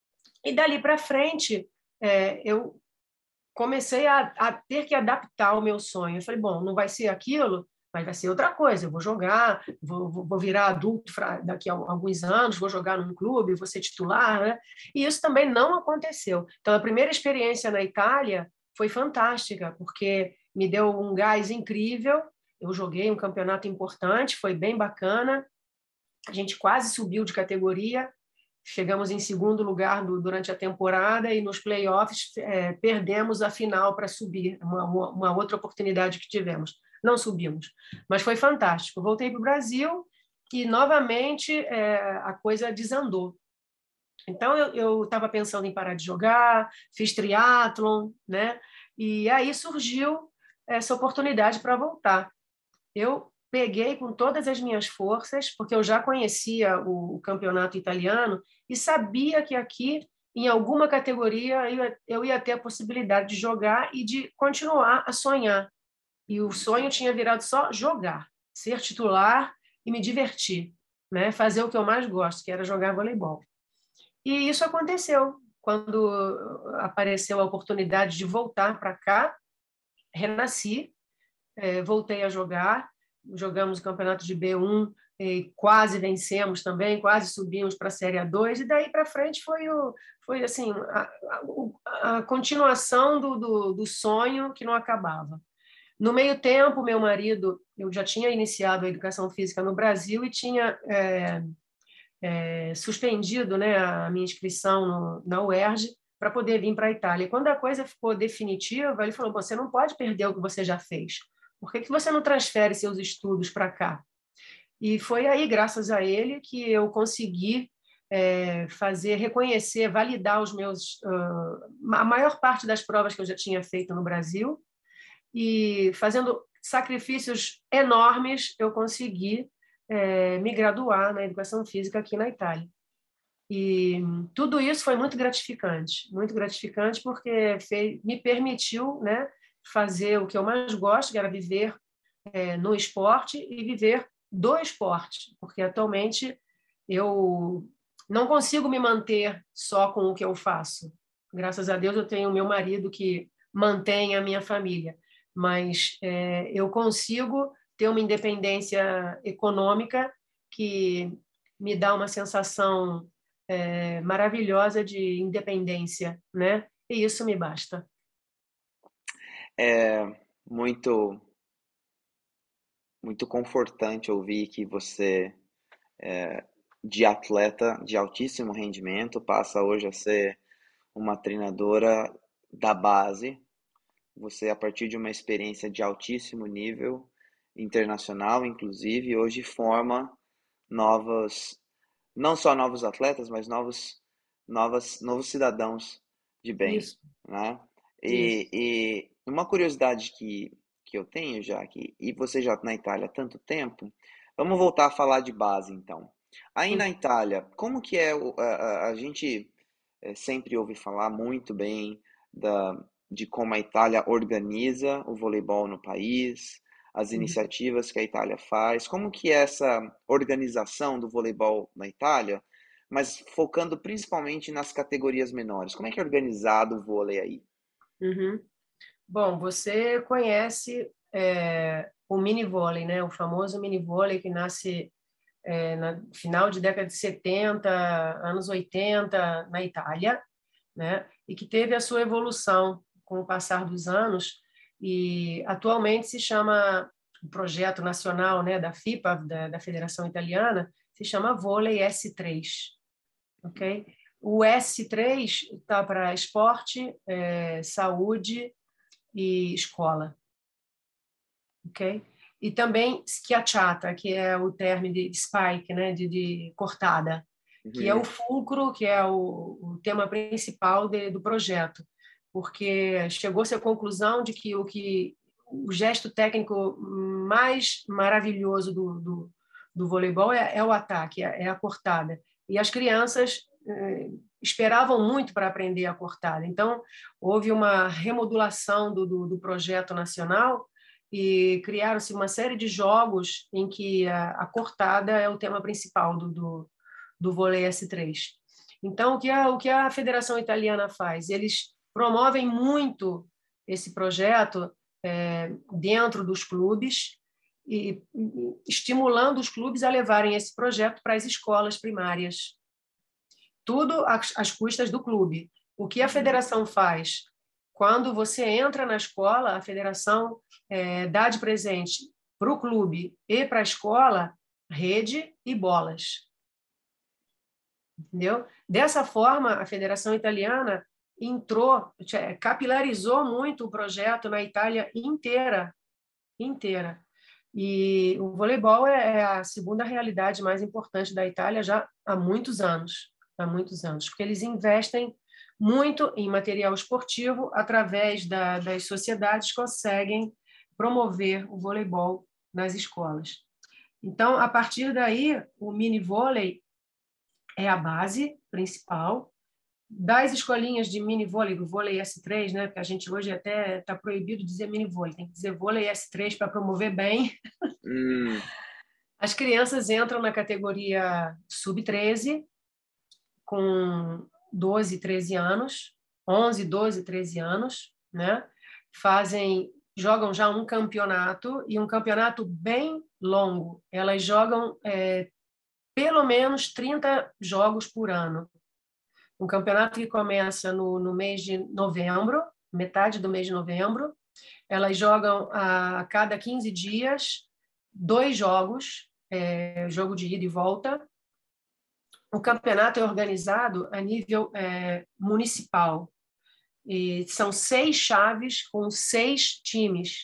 [SPEAKER 2] E dali para frente é, eu comecei a, a ter que adaptar o meu sonho. Eu falei, bom, não vai ser aquilo, mas vai ser outra coisa. Eu vou jogar, vou, vou, vou virar adulto daqui a alguns anos, vou jogar num clube, vou ser titular, né? E isso também não aconteceu. Então, a primeira experiência na Itália foi fantástica, porque me deu um gás incrível. Eu joguei um campeonato importante, foi bem bacana. A gente quase subiu de categoria, chegamos em segundo lugar do, durante a temporada e nos playoffs é, perdemos a final para subir, uma, uma, outra oportunidade que tivemos. Não subimos, mas foi fantástico. Voltei para o Brasil e novamente é, a coisa desandou. Então eu estava pensando em parar de jogar, fiz triatlon, né? E aí surgiu essa oportunidade para voltar. Eu peguei com todas as minhas forças, porque eu já conhecia o, o campeonato italiano e sabia que aqui, em alguma categoria, eu, ia- eu ia ter a possibilidade de jogar e de continuar a sonhar. E o sonho tinha virado só jogar, ser titular e me divertir, né? Fazer o que eu mais gosto, que era jogar voleibol. E isso aconteceu. Quando apareceu a oportunidade de voltar para cá, renasci, é, voltei a jogar, jogamos o campeonato de B um, e quase vencemos também, quase subimos para a Série A dois, e daí para frente foi, o, foi assim, a, a, a continuação do, do, do sonho que não acabava. No meio tempo, meu marido, eu já tinha iniciado a educação física no Brasil e tinha é, é, suspendido, né, a minha inscrição no, na U E R J para poder vir para a Itália. E quando a coisa ficou definitiva, ele falou: você não pode perder o que você já fez. Por que, que você não transfere seus estudos para cá? E foi aí, graças a ele, que eu consegui é, fazer, reconhecer, validar os meus, uh, a maior parte das provas que eu já tinha feito no Brasil e fazendo sacrifícios enormes, eu consegui é, me graduar na educação física aqui na Itália. E tudo isso foi muito gratificante, muito gratificante porque fez, me permitiu, né, fazer o que eu mais gosto, que era viver é, no esporte e viver do esporte, porque atualmente eu não consigo me manter só com o que eu faço. Graças a Deus eu tenho o meu marido que mantém a minha família, mas é, eu consigo ter uma independência econômica que me dá uma sensação é, maravilhosa de independência, né? E isso me basta.
[SPEAKER 1] É muito, muito confortante ouvir que você, é, de atleta de altíssimo rendimento, passa hoje a ser uma treinadora da base. Você, a partir de uma experiência de altíssimo nível, internacional, inclusive, hoje forma novos, não só novos atletas, mas novos, novas, novos cidadãos de bem,
[SPEAKER 2] Isso,
[SPEAKER 1] né?
[SPEAKER 2] isso.
[SPEAKER 1] E, e uma curiosidade que, que eu tenho já aqui, e você já na Itália há tanto tempo, vamos voltar a falar de base, então. Aí na
[SPEAKER 2] Hum.
[SPEAKER 1] Itália, como que é, o- a, a, a gente eh, sempre ouve falar muito bem da, de como a Itália organiza o voleibol no país, as
[SPEAKER 2] Uhum.
[SPEAKER 1] iniciativas que a Itália faz, como que é essa organização do voleibol na Itália, mas focando principalmente nas categorias menores. Como é que é organizado o vôlei aí?
[SPEAKER 2] Uhum. Bom, você conhece é, o mini vôlei, né? O famoso mini vôlei que nasce é, na final de década de setenta, anos oitenta, na Itália, né? E que teve a sua evolução com o passar dos anos e atualmente se chama o projeto nacional, né, da FIPA, da, da Federação Italiana, se chama Vôlei S três, ok? O S três está para esporte, é, saúde e escola, ok? E também schiacciata, que é o termo de spike, né, de, de cortada, que é o
[SPEAKER 1] Uhum.
[SPEAKER 2] fulcro, que é o, o tema principal de, do projeto, porque chegou-se à conclusão de que o que o gesto técnico mais maravilhoso do, do, do voleibol é, é o ataque, é, é a cortada. E as crianças eh, esperavam muito para aprender a cortada. Então, houve uma remodulação do, do, do projeto nacional e criaram-se uma série de jogos em que a, a cortada é o tema principal do, do, do vôlei S três. Então, o que, a, o que a Federação Italiana faz? Eles promovem muito esse projeto é, dentro dos clubes e, e estimulando os clubes a levarem esse projeto para as escolas primárias. Tudo às, às custas do clube. O que a
[SPEAKER 1] Uhum.
[SPEAKER 2] federação faz? Quando você entra na escola, a federação é, dá de presente para o clube e para a escola rede e bolas. Entendeu? Dessa forma, a Federação Italiana entrou, capilarizou muito o projeto na Itália inteira, inteira. E o voleibol é a segunda realidade mais importante da Itália já há muitos anos, há muitos anos, porque eles investem muito em material esportivo através da, das sociedades conseguem promover o voleibol nas escolas. Então, a partir daí, o mini vôlei é a base principal das escolinhas de mini vôlei, do vôlei S três, né? Porque a gente hoje até está proibido dizer mini vôlei, tem que dizer vôlei S três para promover bem.
[SPEAKER 1] Hum,
[SPEAKER 2] As crianças entram na categoria sub treze, com doze, treze anos, onze, doze, treze anos, né? Fazem, jogam já um campeonato e um campeonato bem longo. Elas jogam é, pelo menos trinta jogos por ano. Um campeonato que começa no, no mês de novembro, metade do mês de novembro. Elas jogam a cada quinze dias dois jogos, é, jogo de ida e volta. O campeonato é organizado a nível é, municipal. E são seis chaves com seis times.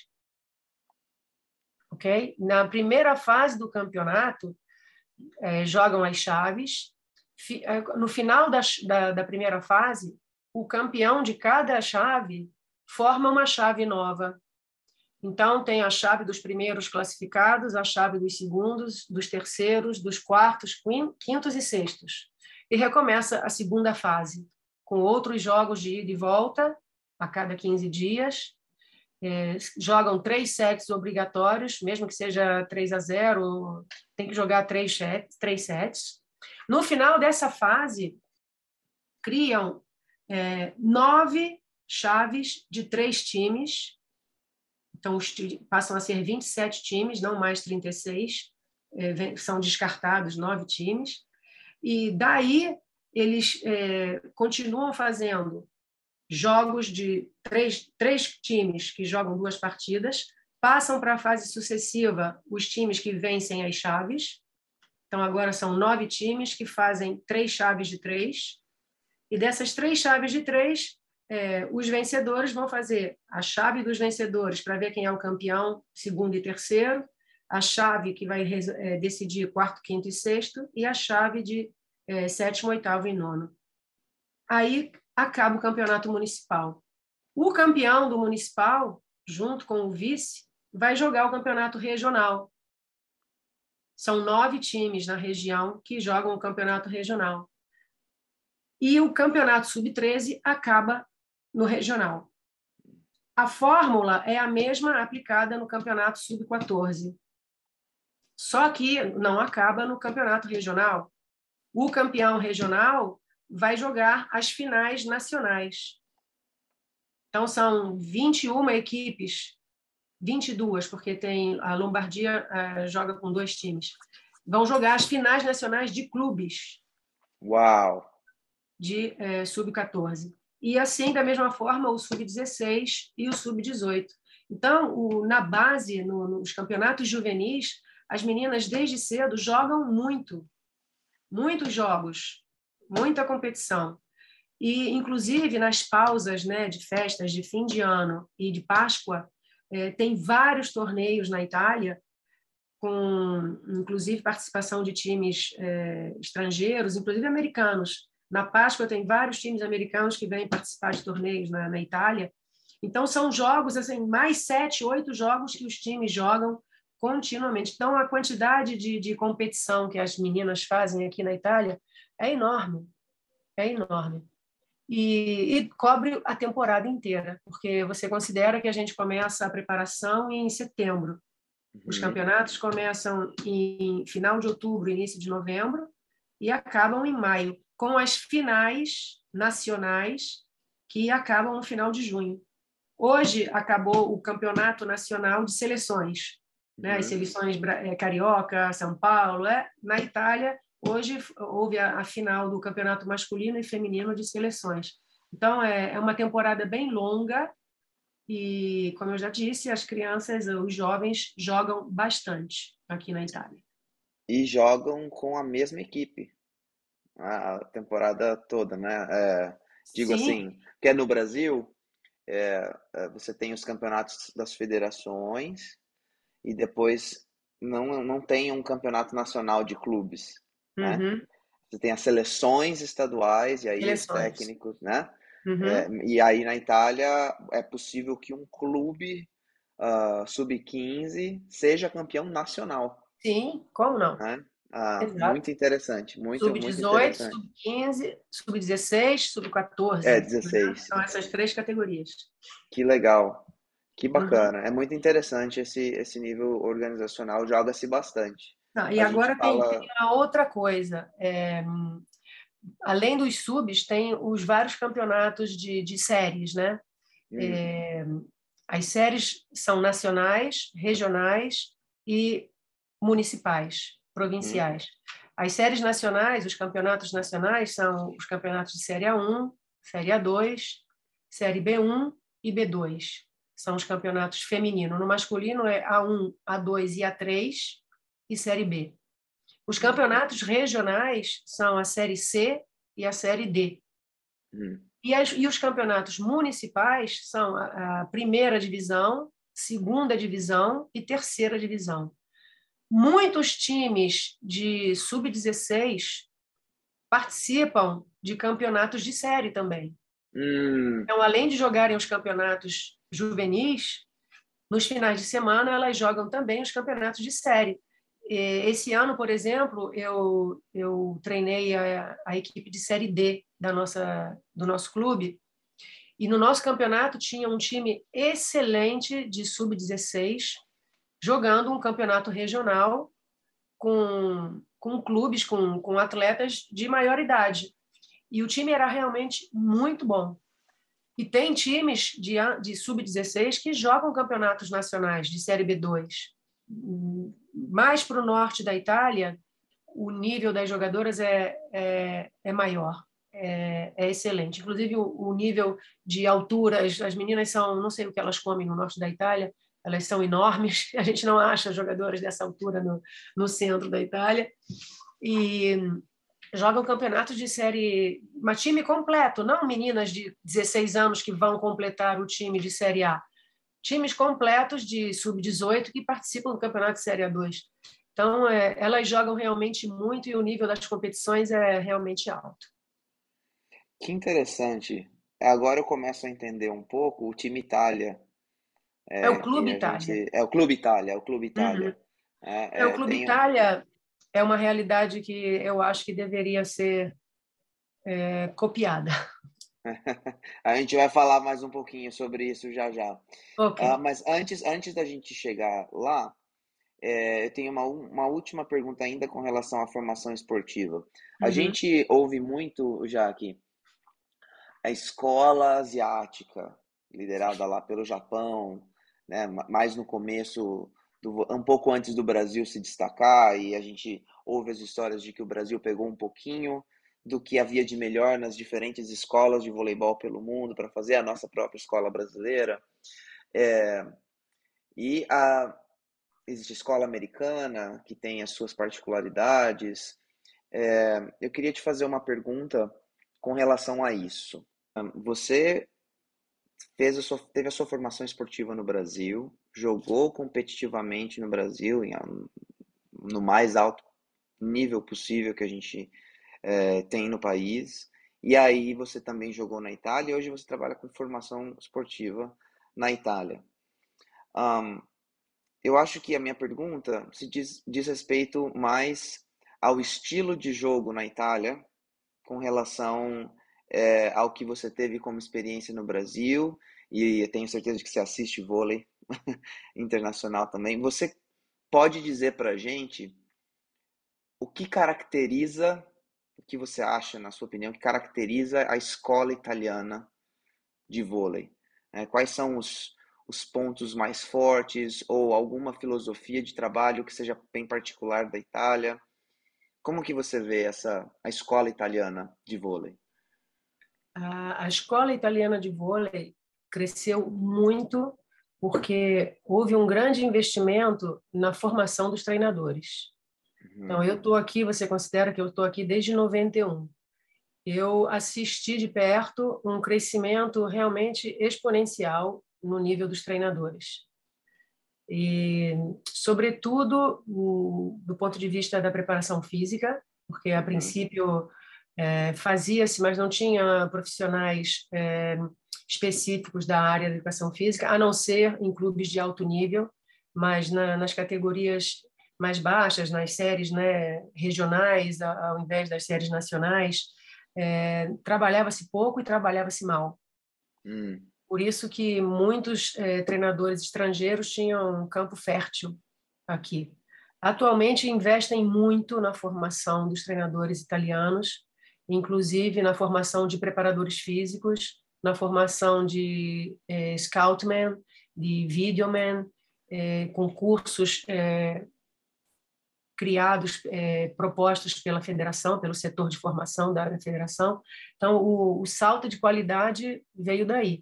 [SPEAKER 2] Ok? Na primeira fase do campeonato, é, jogam as chaves. No final da, da, da primeira fase, o campeão de cada chave forma uma chave nova. Então, tem a chave dos primeiros classificados, a chave dos segundos, dos terceiros, dos quartos, quintos e sextos. E recomeça a segunda fase, com outros jogos de ida e volta a cada quinze dias. É, jogam três sets obrigatórios, mesmo que seja três a zero, tem que jogar três sets. Três sets. No final dessa fase, criam é, nove chaves de três times. Então, passam a ser vinte e sete times, não mais trinta e seis. É, são descartados nove times. E daí eles é, continuam fazendo jogos de três, três times que jogam duas partidas, passam para a fase sucessiva os times que vencem as chaves. Então, agora são nove times que fazem três chaves de três. E dessas três chaves de três, é, os vencedores vão fazer a chave dos vencedores para ver quem é o campeão, segundo e terceiro, a chave que vai é, decidir quarto, quinto e sexto, e a chave de é, sétimo, oitavo e nono. Aí acaba o campeonato municipal. O campeão do municipal, junto com o vice, vai jogar o campeonato regional. São nove times na região que jogam o campeonato regional. E o campeonato sub treze acaba no regional. A fórmula é a mesma aplicada no campeonato sub quatorze. Só que não acaba no campeonato regional. O campeão regional vai jogar as finais nacionais. Então, são vinte e uma equipes, vinte e duas, porque tem a Lombardia uh, joga com dois times. Vão jogar as finais nacionais de clubes.
[SPEAKER 1] Uau!
[SPEAKER 2] De uh, sub quatorze. E assim, da mesma forma, o sub dezesseis e o sub dezoito. Então, o, na base, no, nos campeonatos juvenis, as meninas, desde cedo, jogam muito. Muitos jogos, muita competição. E, inclusive, nas pausas, né, de festas de fim de ano e de Páscoa, eh, tem vários torneios na Itália, com, inclusive, participação de times eh, estrangeiros, inclusive americanos. Na Páscoa, tem vários times americanos que vêm participar de torneios na, na Itália. Então, são jogos, assim, mais sete, oito jogos que os times jogam continuamente. Então, a quantidade de, de competição que as meninas fazem aqui na Itália é enorme, é enorme. E, e cobre a temporada inteira, porque você considera que a gente começa a preparação em setembro. Uhum. Os campeonatos começam em final de outubro, início de novembro, e acabam em maio, com as finais nacionais, que acabam no final de junho. Hoje acabou o Campeonato Nacional de Seleções, né? As seleções é, carioca, São Paulo, é? Na Itália, hoje houve a, a final do campeonato masculino e feminino de seleções. Então, é, é uma temporada bem longa e, como eu já disse, as crianças, os jovens jogam bastante aqui na Itália.
[SPEAKER 1] E jogam com a mesma equipe a temporada toda, né? É, digo
[SPEAKER 2] Sim.
[SPEAKER 1] assim, que é no Brasil, é, você tem os campeonatos das federações e depois não, não tem um campeonato nacional de clubes, né?
[SPEAKER 2] Uhum.
[SPEAKER 1] Você tem as seleções estaduais e aí
[SPEAKER 2] Seleções.
[SPEAKER 1] Os técnicos, né?
[SPEAKER 2] Uhum.
[SPEAKER 1] É, e aí na Itália é possível que um clube uh, sub quinze seja campeão nacional.
[SPEAKER 2] Sim, como não?
[SPEAKER 1] Né? Ah,
[SPEAKER 2] Exato.
[SPEAKER 1] muito interessante, muito,
[SPEAKER 2] sub
[SPEAKER 1] muito
[SPEAKER 2] dezoito,
[SPEAKER 1] interessante.
[SPEAKER 2] sub quinze, sub dezesseis, sub quatorze.
[SPEAKER 1] É, dezesseis.
[SPEAKER 2] São essas três categorias.
[SPEAKER 1] Que legal, que
[SPEAKER 2] Uhum.
[SPEAKER 1] bacana. É muito interessante esse, esse nível organizacional, joga-se bastante.
[SPEAKER 2] Não, e
[SPEAKER 1] A
[SPEAKER 2] agora
[SPEAKER 1] gente
[SPEAKER 2] tem,
[SPEAKER 1] fala...
[SPEAKER 2] tem uma outra coisa. É, além dos subs, tem os vários campeonatos de, de séries, né? Hum. É, as séries são nacionais, regionais e municipais, provinciais. Hum. As séries nacionais, os campeonatos nacionais, são os campeonatos de Série A um, Série A dois, Série B um e B dois. São os campeonatos femininos. No masculino é A um, A dois e A três e Série B. Os campeonatos regionais são a Série C e a Série D. Hum. E, as, e os campeonatos municipais são a, a primeira divisão, segunda divisão e terceira divisão. Muitos times de sub dezesseis participam de campeonatos de série também. Hum. Então, além de jogarem os campeonatos juvenis, nos finais de semana elas jogam também os campeonatos de série. Esse ano, por exemplo, eu, eu treinei a, a equipe de Série D da nossa, do nosso clube, e no nosso campeonato tinha um time excelente de sub dezesseis jogando um campeonato regional com, com clubes, com, com atletas de maior idade. E o time era realmente muito bom. E tem times de, de sub dezesseis que jogam campeonatos nacionais de Série B dois. Mais para o norte da Itália, o nível das jogadoras é, é, é maior. é, é excelente. Inclusive, o, o nível de altura, as, as meninas são, não sei o que elas comem no norte da Itália, elas são enormes, a gente não acha jogadoras dessa altura no, no centro da Itália, e jogam campeonatos de série, um time completo, não meninas de dezesseis anos que vão completar o time de Série A, times completos de sub dezoito que participam do campeonato de Série A dois. Então, é, elas jogam realmente muito e o nível das competições é realmente alto.
[SPEAKER 1] Que interessante. Agora eu começo a entender um pouco o time Itália,
[SPEAKER 2] É o
[SPEAKER 1] é, que
[SPEAKER 2] Clube
[SPEAKER 1] a
[SPEAKER 2] Itália.
[SPEAKER 1] gente é o Clube Itália, é o Clube
[SPEAKER 2] Uhum.
[SPEAKER 1] Itália.
[SPEAKER 2] É, o
[SPEAKER 1] É, é,
[SPEAKER 2] Clube
[SPEAKER 1] tem,
[SPEAKER 2] Itália é uma realidade que eu acho que deveria ser é, copiada.
[SPEAKER 1] a gente vai falar mais um pouquinho sobre isso já já.
[SPEAKER 2] Ok.
[SPEAKER 1] Ah, mas antes, antes da gente chegar lá, é, eu tenho uma, uma última pergunta ainda com relação à formação esportiva. A
[SPEAKER 2] Uhum.
[SPEAKER 1] gente ouve muito já aqui a escola asiática, liderada lá pelo Japão, né, mais no começo, do, um pouco antes do Brasil se destacar, e a gente ouve as histórias de que o Brasil pegou um pouquinho do que havia de melhor nas diferentes escolas de voleibol pelo mundo para fazer a nossa própria escola brasileira. É, e a, existe a escola americana, que tem as suas particularidades. É, eu queria te fazer uma pergunta com relação a isso. Você fez a sua, teve a sua formação esportiva no Brasil, jogou competitivamente no Brasil, em, no mais alto nível possível que a gente é, tem no país, e aí você também jogou na Itália, e hoje você trabalha com formação esportiva na Itália. Um, eu acho que a minha pergunta se diz, diz respeito mais ao estilo de jogo na Itália, com relação é, ao que você teve como experiência no Brasil, e eu tenho certeza de que você assiste vôlei internacional também. Você pode dizer para a gente o que caracteriza, o que você acha, na sua opinião, que caracteriza a escola italiana de vôlei? É, quais são os, os pontos mais fortes ou alguma filosofia de trabalho que seja bem particular da Itália? Como que você vê essa a escola italiana de vôlei?
[SPEAKER 2] A, a escola italiana de vôlei cresceu muito porque houve um grande investimento na formação dos treinadores. Então,
[SPEAKER 1] Uhum,
[SPEAKER 2] eu estou aqui, você considera que eu estou aqui desde noventa e um. Eu assisti de perto um crescimento realmente exponencial no nível dos treinadores. E, sobretudo, do ponto de vista da preparação física, porque, a
[SPEAKER 1] uhum,
[SPEAKER 2] princípio, é, fazia-se, mas não tinha profissionais é, específicos da área da educação física, a não ser em clubes de alto nível, mas na, nas categorias mais baixas, nas séries, né, regionais, ao invés das séries nacionais, é, trabalhava-se pouco e trabalhava-se mal.
[SPEAKER 1] hum.
[SPEAKER 2] Por isso que muitos eh, treinadores estrangeiros tinham um campo fértil aqui. Atualmente investem muito na formação dos treinadores italianos, inclusive na formação de preparadores físicos, na formação de eh, scoutman, de videoman, eh, concursos eh, criados, eh, propostos pela federação, pelo setor de formação da federação. Então, o, o salto de qualidade veio daí.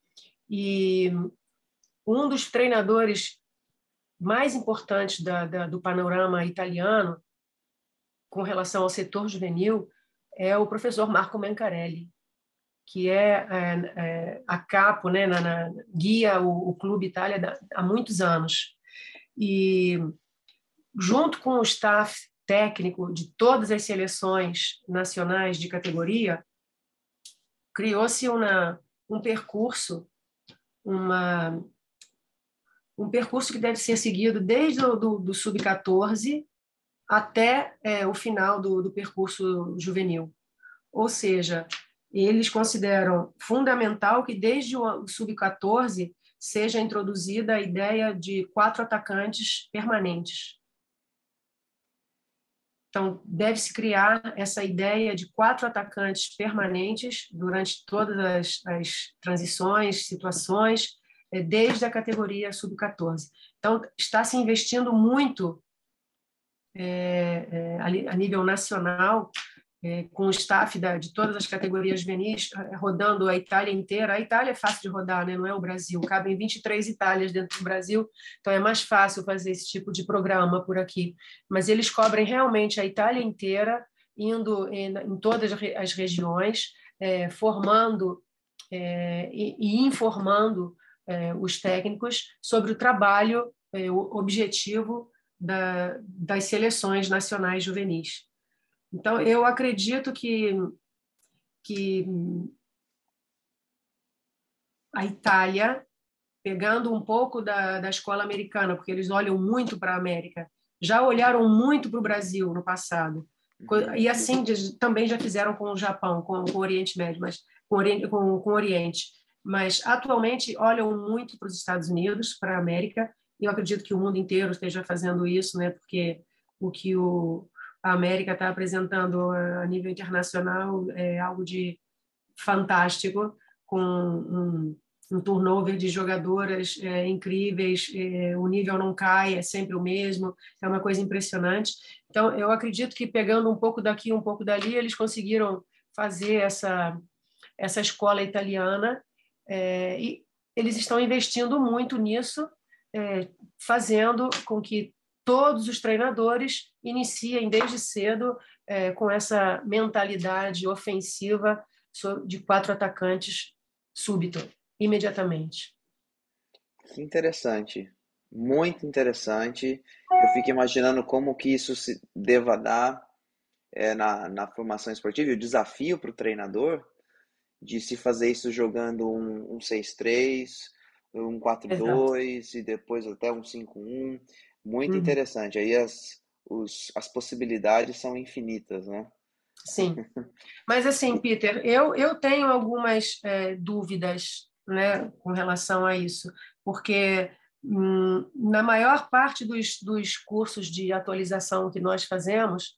[SPEAKER 2] E um dos treinadores mais importantes da, da, do panorama italiano com relação ao setor juvenil é o professor Marco Mencarelli, que é, é, é a capo, né, na, na, guia o, o Clube Itália da, há muitos anos. E, junto com o staff técnico de todas as seleções nacionais de categoria, criou-se uma, um percurso, uma, um percurso que deve ser seguido desde o do, do sub catorze até é, o final do, do percurso juvenil. Ou seja, eles consideram fundamental que desde o sub catorze seja introduzida a ideia de quatro atacantes permanentes. Então, deve-se criar essa ideia de quatro atacantes permanentes durante todas as, as transições, situações, desde a categoria sub catorze. Então, está se investindo muito é, é, a nível nacional é, com o staff da, de todas as categorias juvenis, rodando a Itália inteira. A Itália é fácil de rodar, né? Não é o Brasil. Cabem vinte e três Itálias dentro do Brasil, então é mais fácil fazer esse tipo de programa por aqui. Mas eles cobrem realmente a Itália inteira, indo em, em todas as regiões, é, formando é, e, e informando é, os técnicos sobre o trabalho, é, o objetivo da, das seleções nacionais juvenis. Então, eu acredito que, que a Itália, pegando um pouco da, da escola americana, porque eles olham muito para a América, já olharam muito para o Brasil no passado.
[SPEAKER 1] Uhum.
[SPEAKER 2] E assim também já fizeram com o Japão, com, com o Oriente Médio, mas com, com, com o Oriente. Mas atualmente olham muito para os Estados Unidos, para a América, e eu acredito que o mundo inteiro esteja fazendo isso, né? Porque o que o, a América está apresentando a nível internacional é algo de fantástico, com um, um turnover de jogadoras é, incríveis, é, o nível não cai, é sempre o mesmo, é uma coisa impressionante. Então, eu acredito que pegando um pouco daqui, um pouco dali, eles conseguiram fazer essa, essa escola italiana é, e eles estão investindo muito nisso, é, fazendo com que todos os treinadores iniciem desde cedo é, com essa mentalidade ofensiva de quatro atacantes súbito, imediatamente.
[SPEAKER 1] Que interessante, muito interessante. Eu fico imaginando como que isso se deva dar é, na, na formação esportiva, e o desafio para o treinador de se fazer isso jogando um, um seis três, um quatro
[SPEAKER 2] Exato.
[SPEAKER 1] dois e depois até um cinco um. Muito
[SPEAKER 2] Uhum.
[SPEAKER 1] interessante. Aí as, os, as possibilidades são infinitas, né?
[SPEAKER 2] Sim. Mas assim, Peter, eu, eu tenho algumas é, dúvidas, né, com relação a isso, porque hum, na maior parte dos, dos cursos de atualização que nós fazemos,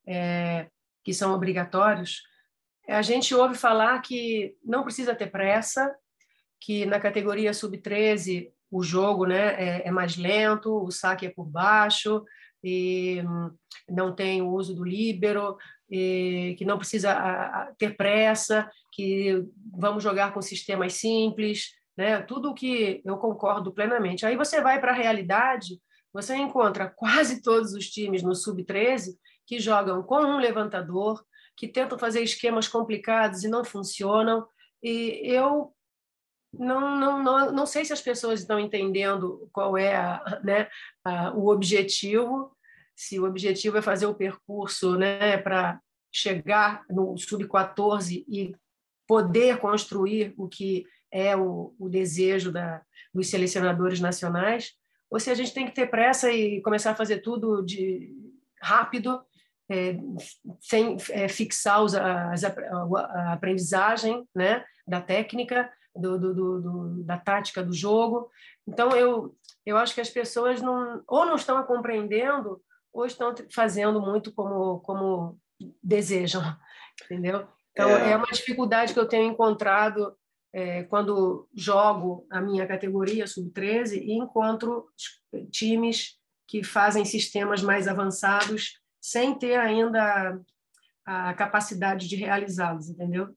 [SPEAKER 2] é, que são obrigatórios, a gente ouve falar que não precisa ter pressa, que na categoria sub treze o jogo, né, é, é mais lento, o saque é por baixo, e hum, não tem o uso do líbero, e que não precisa a, a, ter pressa, que vamos jogar com sistemas simples, né? Tudo o que eu concordo plenamente. Aí você vai para a realidade, você encontra quase todos os times no sub treze que jogam com um levantador, que tentam fazer esquemas complicados e não funcionam. E eu não, não, não, não sei se as pessoas estão entendendo qual é a, né, a, o objetivo, se o objetivo é fazer o percurso, né, para chegar no sub quatorze e poder construir o que é o, o desejo da, dos selecionadores nacionais, ou se a gente tem que ter pressa e começar a fazer tudo de rápido, é, sem é, fixar os, as, a aprendizagem, né, da técnica, do, do, do, da tática do jogo. Então, eu, eu acho que as pessoas não, ou não estão compreendendo ou estão fazendo muito como, como desejam, entendeu? Então, é
[SPEAKER 1] É,
[SPEAKER 2] uma dificuldade que eu tenho encontrado é, quando jogo a minha categoria sub treze e encontro times que fazem sistemas mais avançados sem ter ainda a capacidade de realizá-los, entendeu?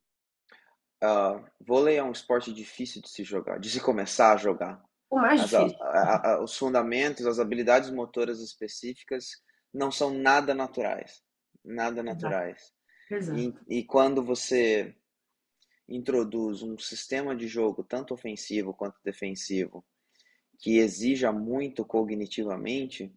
[SPEAKER 1] uh, vôlei é um esporte difícil de se jogar, de se começar a jogar.
[SPEAKER 2] O mais
[SPEAKER 1] As, a,
[SPEAKER 2] difícil.
[SPEAKER 1] a, a, os fundamentos, as habilidades motoras específicas não são nada naturais. Nada
[SPEAKER 2] Exato.
[SPEAKER 1] naturais. E,
[SPEAKER 2] Exato.
[SPEAKER 1] e quando você introduz um sistema de jogo, tanto ofensivo quanto defensivo, que exija muito cognitivamente,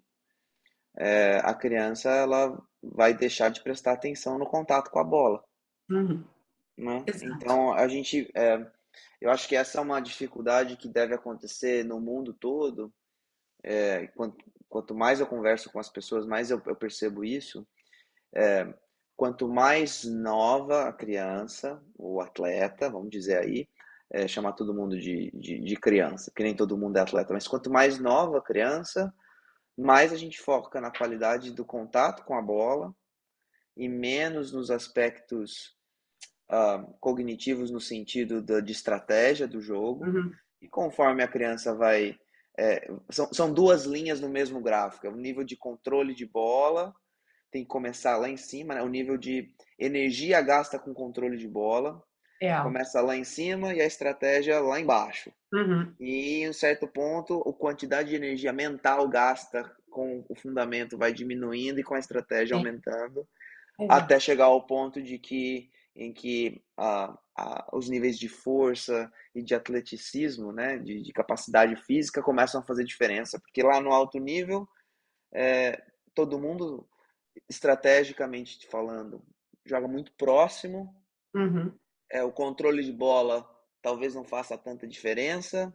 [SPEAKER 1] é, a criança ela vai deixar de prestar atenção no contato com a bola,
[SPEAKER 2] Uhum.
[SPEAKER 1] né?
[SPEAKER 2] Exato.
[SPEAKER 1] Então a gente, é, eu acho que essa é uma dificuldade que deve acontecer no mundo todo. É, quanto, quanto mais eu converso com as pessoas, mais eu, eu percebo isso. É, quanto mais nova a criança, ou atleta, vamos dizer aí, é, chamar todo mundo de, de, de criança, que nem todo mundo é atleta, mas quanto mais nova a criança, mais a gente foca na qualidade do contato com a bola e menos nos aspectos uh, cognitivos no sentido da, de estratégia do jogo.
[SPEAKER 2] Uhum.
[SPEAKER 1] E conforme a criança vai. É, são, são duas linhas no mesmo gráfico: é o nível de controle de bola tem que começar lá em cima, né? O nível de energia gasta com controle de bola
[SPEAKER 2] É alto.
[SPEAKER 1] começa lá em cima e a estratégia lá embaixo.
[SPEAKER 2] Uhum.
[SPEAKER 1] E em um certo ponto, a quantidade de energia mental gasta com o fundamento vai diminuindo e com a estratégia
[SPEAKER 2] Sim,
[SPEAKER 1] aumentando,
[SPEAKER 2] exato.
[SPEAKER 1] até chegar ao ponto de que em que ah, ah, os níveis de força e de atleticismo, né, de, de capacidade física começam a fazer diferença, porque lá no alto nível, é, todo mundo, estrategicamente falando, joga muito próximo,
[SPEAKER 2] Uhum.
[SPEAKER 1] é, o controle de bola talvez não faça tanta diferença,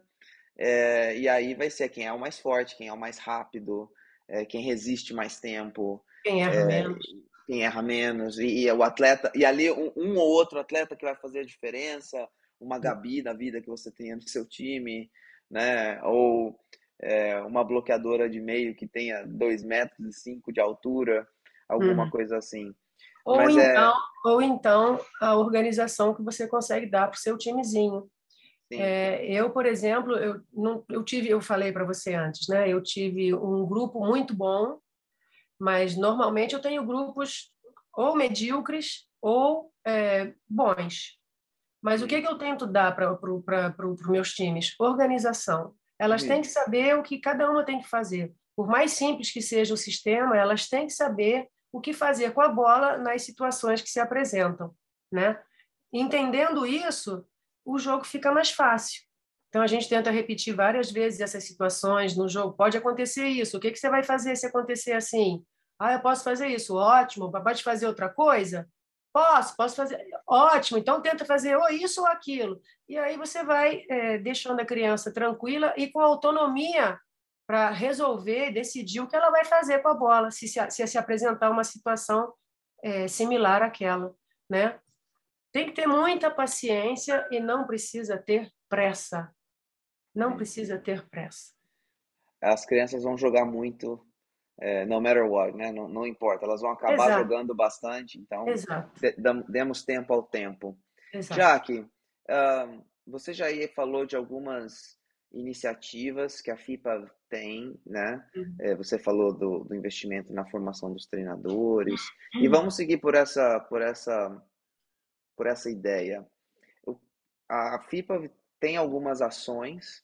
[SPEAKER 1] é, e aí vai ser quem é o mais forte, quem é o mais rápido, é, quem resiste mais tempo,
[SPEAKER 2] Quem erra
[SPEAKER 1] é,
[SPEAKER 2] menos.
[SPEAKER 1] quem erra menos, e, e, o atleta, e ali um, um, ou outro atleta que vai fazer a diferença, uma Gabi da vida que você tenha no seu time, né? Ou é, uma bloqueadora de meio que tenha dois metros e cinco de altura, alguma
[SPEAKER 2] Uhum.
[SPEAKER 1] coisa assim.
[SPEAKER 2] Ou
[SPEAKER 1] Mas
[SPEAKER 2] então,
[SPEAKER 1] é,
[SPEAKER 2] ou então a organização que você consegue dar para o seu timezinho.
[SPEAKER 1] sim,
[SPEAKER 2] É, eu, por exemplo, eu, não, eu tive, eu falei para você antes, né? Eu tive um grupo muito bom, mas normalmente eu tenho grupos ou medíocres ou é, bons. Mas o que,
[SPEAKER 1] sim,
[SPEAKER 2] que eu tento dar para os meus times? Organização. Elas têm
[SPEAKER 1] sim,
[SPEAKER 2] que saber o que cada uma tem que fazer. Por mais simples que seja o sistema, elas têm que saber o que fazer com a bola nas situações que se apresentam, né? Entendendo isso, o jogo fica mais fácil. Então a gente tenta repetir várias vezes essas situações no jogo. Pode acontecer isso. O que que você vai fazer se acontecer assim? Ah, eu posso fazer isso. Ótimo. Pode fazer outra coisa? Posso, posso fazer. Ótimo. Então tenta fazer ou isso ou aquilo. E aí você vai é, deixando a criança tranquila e com autonomia para resolver, decidir o que ela vai fazer com a bola, se se, se, se apresentar uma situação é, similar àquela, né? Tem que ter muita paciência e não precisa ter pressa. Não
[SPEAKER 1] sim.
[SPEAKER 2] precisa ter pressa.
[SPEAKER 1] As crianças vão jogar muito, é, no matter what, né? Não, não importa, elas vão acabar
[SPEAKER 2] Exato,
[SPEAKER 1] jogando bastante, então
[SPEAKER 2] exato,
[SPEAKER 1] de, demos tempo ao tempo.
[SPEAKER 2] exato.
[SPEAKER 1] Jaque, uh, você já aí falou de algumas iniciativas que a FIPA tem, né? É, você falou do, do investimento na formação dos treinadores, e vamos seguir por essa, por essa, por essa ideia. O, a FIPA tem algumas ações,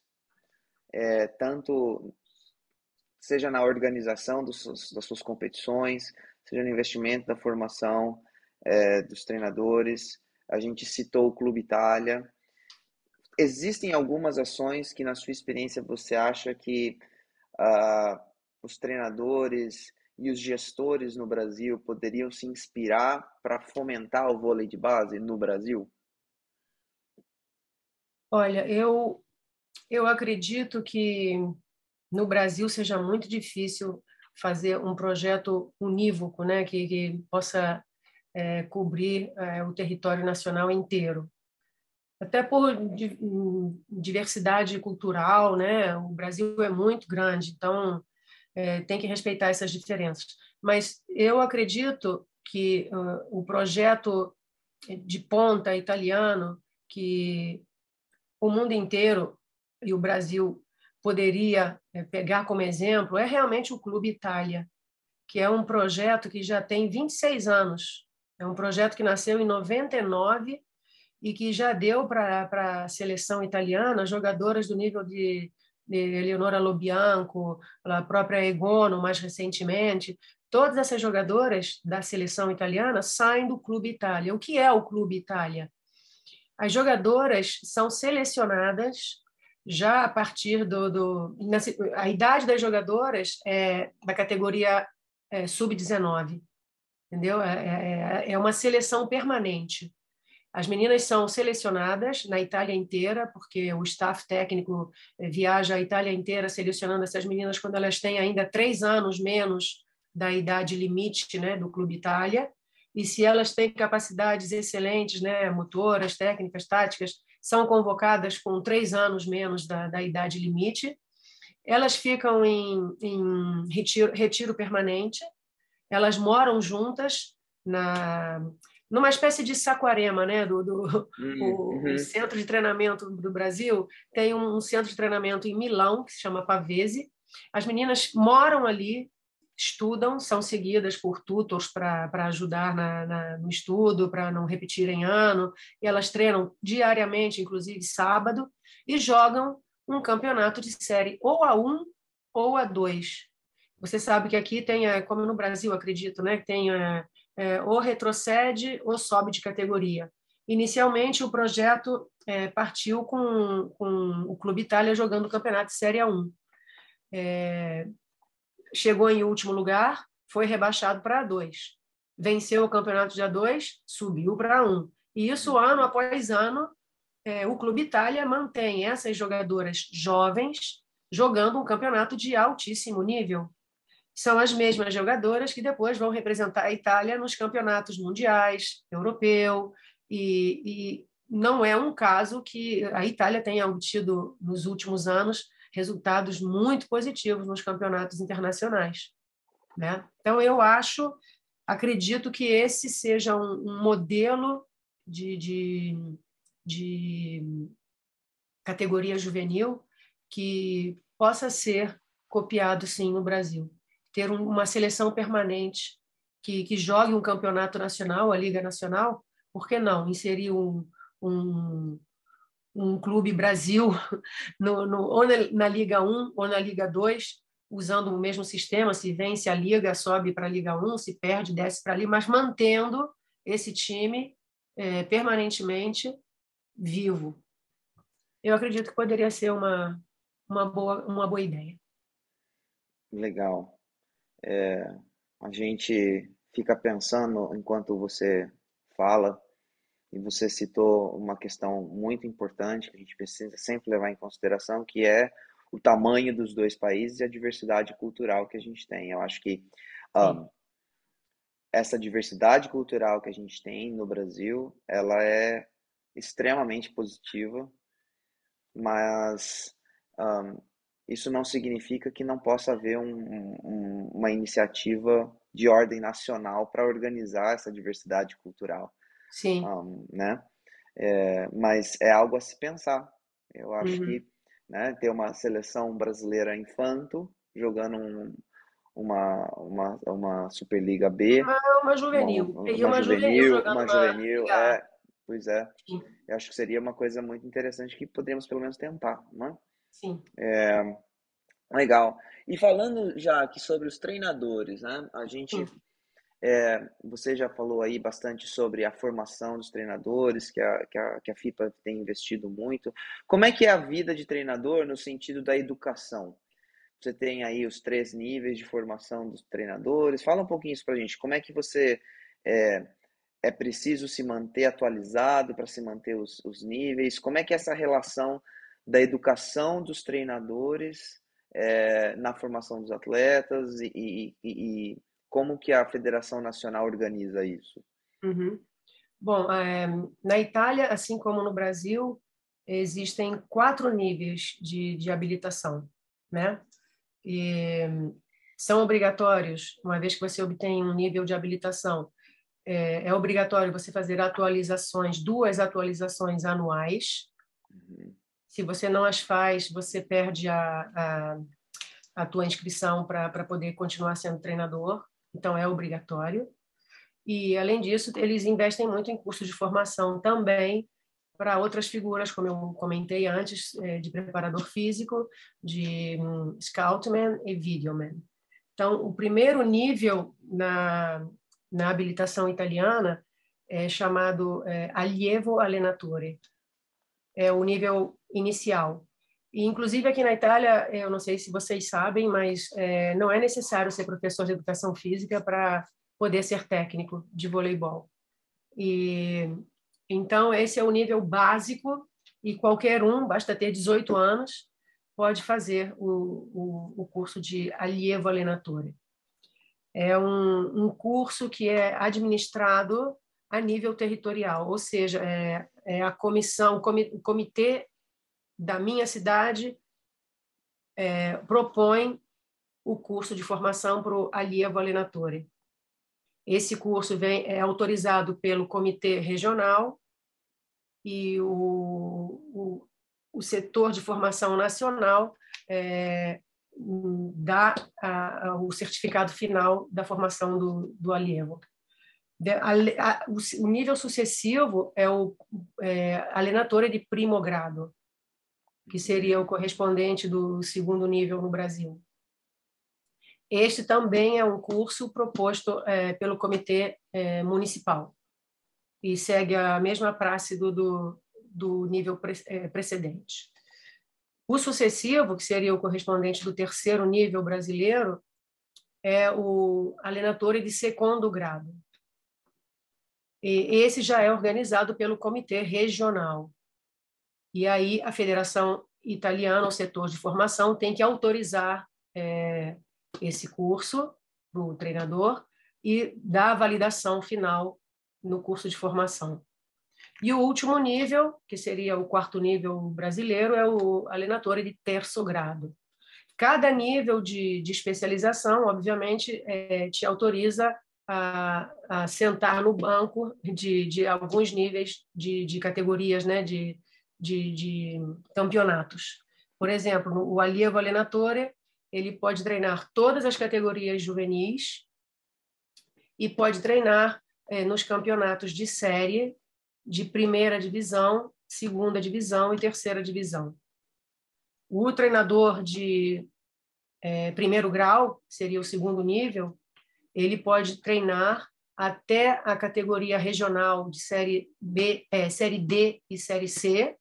[SPEAKER 1] é, tanto seja na organização dos, das suas competições, seja no investimento da formação é, dos treinadores. A gente citou o Clube Itália. Existem algumas ações que, na sua experiência, você acha que ah, os treinadores e os gestores no Brasil poderiam se inspirar para fomentar o vôlei de base no Brasil?
[SPEAKER 2] Olha, eu, eu acredito que no Brasil seja muito difícil fazer um projeto unívoco, né, que, que possa é, cobrir é, o território nacional inteiro. Até por di- diversidade cultural, né? O Brasil é muito grande, então é, tem que respeitar essas diferenças. Mas eu acredito que uh, o projeto de ponta italiano, que o mundo inteiro e o Brasil poderia é, pegar como exemplo, é realmente o Clube Itália, que é um projeto que já tem vinte e seis anos. É um projeto que nasceu em noventa e nove e que já deu para a seleção italiana jogadoras do nível de, de Eleonora Lobianco, a própria Egono, mais recentemente. Todas essas jogadoras da seleção italiana saem do Clube Itália. O que é o Clube Itália? As jogadoras são selecionadas já a partir do. do a idade das jogadoras é da categoria é, sub dezenove, entendeu? É, é, é uma seleção permanente. As meninas são selecionadas na Itália inteira, porque o staff técnico viaja a Itália inteira selecionando essas meninas quando elas têm ainda três anos menos da idade limite, né, do Clube Itália. E se elas têm capacidades excelentes, né, motoras, técnicas, táticas, são convocadas com três anos menos da, da idade limite. Elas ficam em, em retiro, retiro permanente, elas moram juntas na numa espécie de Saquarema, né, do, do o, o
[SPEAKER 1] Uhum.
[SPEAKER 2] centro de treinamento do Brasil tem um, um centro de treinamento em Milão que se chama Pavese. As meninas moram ali, estudam, são seguidas por tutors para ajudar na, na, no estudo, para não repetirem ano, e elas treinam diariamente, inclusive sábado, e jogam um campeonato de série ou A um ou A dois. Você sabe que aqui tem, como no Brasil, acredito, né, que tem é, é, ou retrocede ou sobe de categoria. Inicialmente, o projeto é, partiu com, com o Clube Itália jogando o campeonato de série A um. É, chegou em último lugar, foi rebaixado para A dois. Venceu o campeonato de A dois, subiu para A um. E isso, ano após ano, é, o Clube Itália mantém essas jogadoras jovens jogando um campeonato de altíssimo nível. São as mesmas jogadoras que depois vão representar a Itália nos campeonatos mundiais, europeu, e, e não é um caso que a Itália tenha obtido, nos últimos anos, resultados muito positivos nos campeonatos internacionais, né? Então, eu acho, acredito que esse seja um, um modelo de, de, de categoria juvenil que possa ser copiado, sim, no Brasil. Ter um, uma seleção permanente que, que jogue um campeonato nacional, a Liga Nacional, por que não? Inserir um, um, um clube Brasil no, no, ou na, na Liga um ou na Liga dois, usando o mesmo sistema, se vence a Liga, sobe para a Liga um, se perde, desce para ali, mas mantendo esse time é, permanentemente vivo. Eu acredito que poderia ser uma, uma, boa, uma boa ideia.
[SPEAKER 1] Legal. É, a gente fica pensando enquanto você fala, e você citou uma questão muito importante que a gente precisa sempre levar em consideração, que é o tamanho dos dois países e a diversidade cultural que a gente tem. Eu acho que um, essa diversidade cultural que a gente tem no Brasil, ela é extremamente positiva, mas um, isso não significa que não possa haver um, um, uma iniciativa de ordem nacional para organizar essa diversidade cultural.
[SPEAKER 2] Sim.
[SPEAKER 1] Um, né? É, mas é algo a se pensar. Eu acho
[SPEAKER 2] Uhum.
[SPEAKER 1] que, né, ter uma seleção brasileira infanto jogando um, uma, uma, uma Superliga B,
[SPEAKER 2] Uma, uma juvenil.
[SPEAKER 1] uma,
[SPEAKER 2] E
[SPEAKER 1] uma
[SPEAKER 2] uma juvenil
[SPEAKER 1] juvenil,
[SPEAKER 2] jogando
[SPEAKER 1] uma
[SPEAKER 2] uma
[SPEAKER 1] juvenil,
[SPEAKER 2] liga.
[SPEAKER 1] é, pois é,
[SPEAKER 2] Sim.
[SPEAKER 1] eu acho que seria uma coisa muito interessante que poderíamos pelo menos tentar, né?
[SPEAKER 2] Sim.
[SPEAKER 1] É, legal. E falando já aqui sobre os treinadores, né? A gente, é, você já falou aí bastante sobre a formação dos treinadores, que a, que a, que a FIPA tem investido muito. Como é que é a vida de treinador no sentido da educação? Você tem aí os três níveis de formação dos treinadores. Fala um pouquinho isso pra gente. Como é que você é, é preciso se manter atualizado para se manter os, os níveis? Como é que é essa relação da educação dos treinadores é, na formação dos atletas e, e, e, como que a Federação Nacional organiza isso?
[SPEAKER 2] Uhum. Bom, é, na Itália, assim como no Brasil, existem quatro níveis de, de habilitação, né? E são obrigatórios, uma vez que você obtém um nível de habilitação, é, é obrigatório você fazer atualizações, duas atualizações anuais.
[SPEAKER 1] Uhum.
[SPEAKER 2] Se você não as faz, você perde a, a, a tua inscrição para poder continuar sendo treinador. Então, é obrigatório. E, além disso, eles investem muito em cursos de formação também para outras figuras, como eu comentei antes, de preparador físico, de um, scoutman e videoman. Então, o primeiro nível na, na habilitação italiana é chamado é, allievo allenatore. É o nível inicial. E, inclusive, aqui na Itália, eu não sei se vocês sabem, mas é, não é necessário ser professor de educação física para poder ser técnico de voleibol. E então esse é o nível básico e qualquer um, basta ter dezoito anos, pode fazer o, o, o curso de allievo allenatore. É um, um curso que é administrado a nível territorial, ou seja, é, é a comissão, o comitê da minha cidade é, propõe o curso de formação para o allievo allenatore. Esse curso vem, é autorizado pelo comitê regional e o, o, o setor de formação nacional é, dá a, a, o certificado final da formação do, do allievo. A, a, o, o nível sucessivo é o é, allenatore de primo grado, que seria o correspondente do segundo nível no Brasil. Este também é um curso proposto é, pelo comitê é, municipal e segue a mesma praxe do, do, do nível pre, é, precedente. O sucessivo, que seria o correspondente do terceiro nível brasileiro, é o allenatore de segundo grado. E esse já é organizado pelo comitê regional. E aí a Federação Italiana, o setor de formação, tem que autorizar é, esse curso para o treinador e dar a validação final no curso de formação. E o último nível, que seria o quarto nível brasileiro, é o allenatore de terço grado. Cada nível de, de especialização, obviamente, é, te autoriza a, a sentar no banco de, de alguns níveis de, de categorias, né, de, de, de campeonatos. Por exemplo, o allievo allenatore, ele pode treinar todas as categorias juvenis e pode treinar é, nos campeonatos de série, de primeira divisão, segunda divisão e terceira divisão. O treinador de é, primeiro grau, seria o segundo nível, ele pode treinar até a categoria regional de série B, é, série D e série C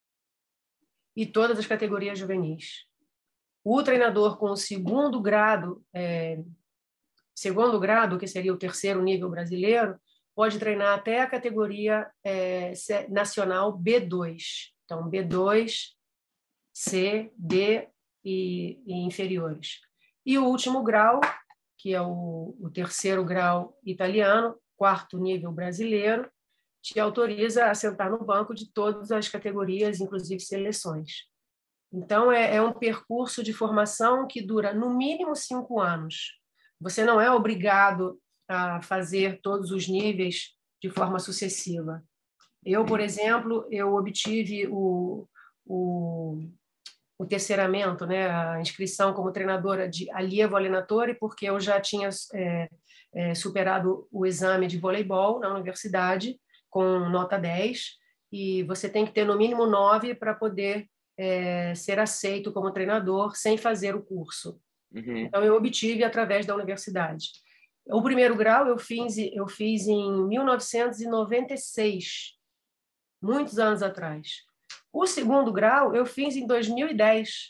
[SPEAKER 2] e todas as categorias juvenis. O treinador com o segundo grado, é, segundo grado, que seria o terceiro nível brasileiro, pode treinar até a categoria é, nacional B dois. Então, B dois, C, D e, e inferiores. E o último grau, que é o, o terceiro grau italiano, quarto nível brasileiro, te autoriza a sentar no banco de todas as categorias, inclusive seleções. Então, é, é um percurso de formação que dura, no mínimo, cinco anos. Você não é obrigado a fazer todos os níveis de forma sucessiva. Eu, por exemplo, eu obtive o, o, o terceiramento, né, a inscrição como treinadora de allievo allenatore, porque eu já tinha é, é, superado o exame de voleibol na universidade com nota dez, e você tem que ter no mínimo nove para poder é, ser aceito como treinador sem fazer o curso.
[SPEAKER 1] Uhum.
[SPEAKER 2] Então, eu obtive através da universidade. O primeiro grau eu fiz, eu fiz em mil novecentos e noventa e seis, muitos anos atrás. O segundo grau eu fiz em dois mil e dez.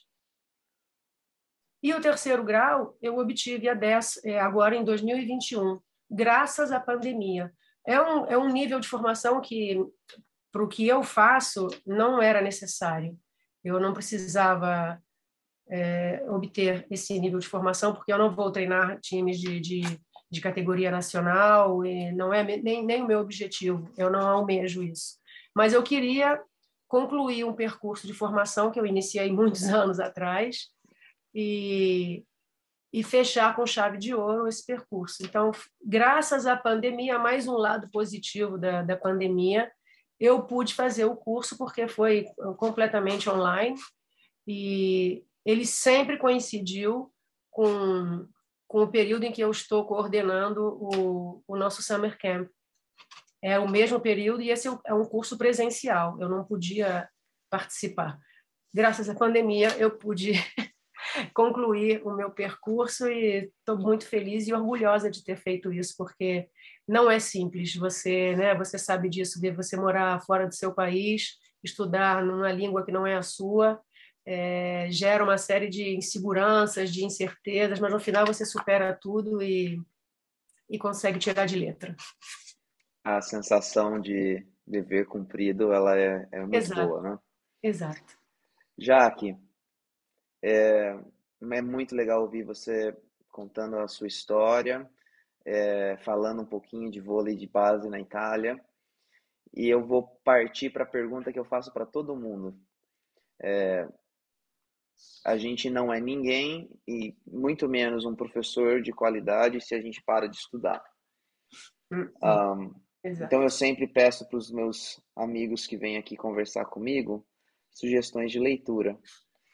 [SPEAKER 2] E o terceiro grau eu obtive a dez, agora em dois mil e vinte e um, graças à pandemia. É um, é um nível de formação que, para o que eu faço, não era necessário. Eu não precisava é, obter esse nível de formação, porque eu não vou treinar times de, de, de categoria nacional, e não é nem, nem o meu objetivo, eu não almejo isso. Mas eu queria concluir um percurso de formação que eu iniciei muitos anos atrás e, e fechar com chave de ouro esse percurso. Então, graças à pandemia, mais um lado positivo da, da pandemia, eu pude fazer o curso porque foi completamente online e ele sempre coincidiu com, com o período em que eu estou coordenando o, o nosso Summer Camp. É o mesmo período e esse é um curso presencial, eu não podia participar. Graças à pandemia, eu pude concluir o meu percurso e estou muito feliz e orgulhosa de ter feito isso, porque não é simples. Você, né, você sabe disso, de você morar fora do seu país, estudar numa língua que não é a sua, é, gera uma série de inseguranças, de incertezas, mas no final você supera tudo e, e consegue tirar de letra.
[SPEAKER 1] A sensação de dever cumprido, ela é, é muito
[SPEAKER 2] Exato,
[SPEAKER 1] boa, né?
[SPEAKER 2] exato.
[SPEAKER 1] Jaque, é, é muito legal ouvir você contando a sua história, é, falando um pouquinho de vôlei de base na Itália. E eu vou partir para a pergunta que eu faço para todo mundo. É, a gente não é ninguém e muito menos um professor de qualidade se a gente para de estudar. Um, então eu sempre peço para os meus amigos que vêm aqui conversar comigo sugestões de leitura.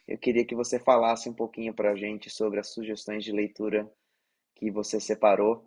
[SPEAKER 1] eu queria que você falasse um pouquinho para a gente sobre as sugestões de leitura que você separou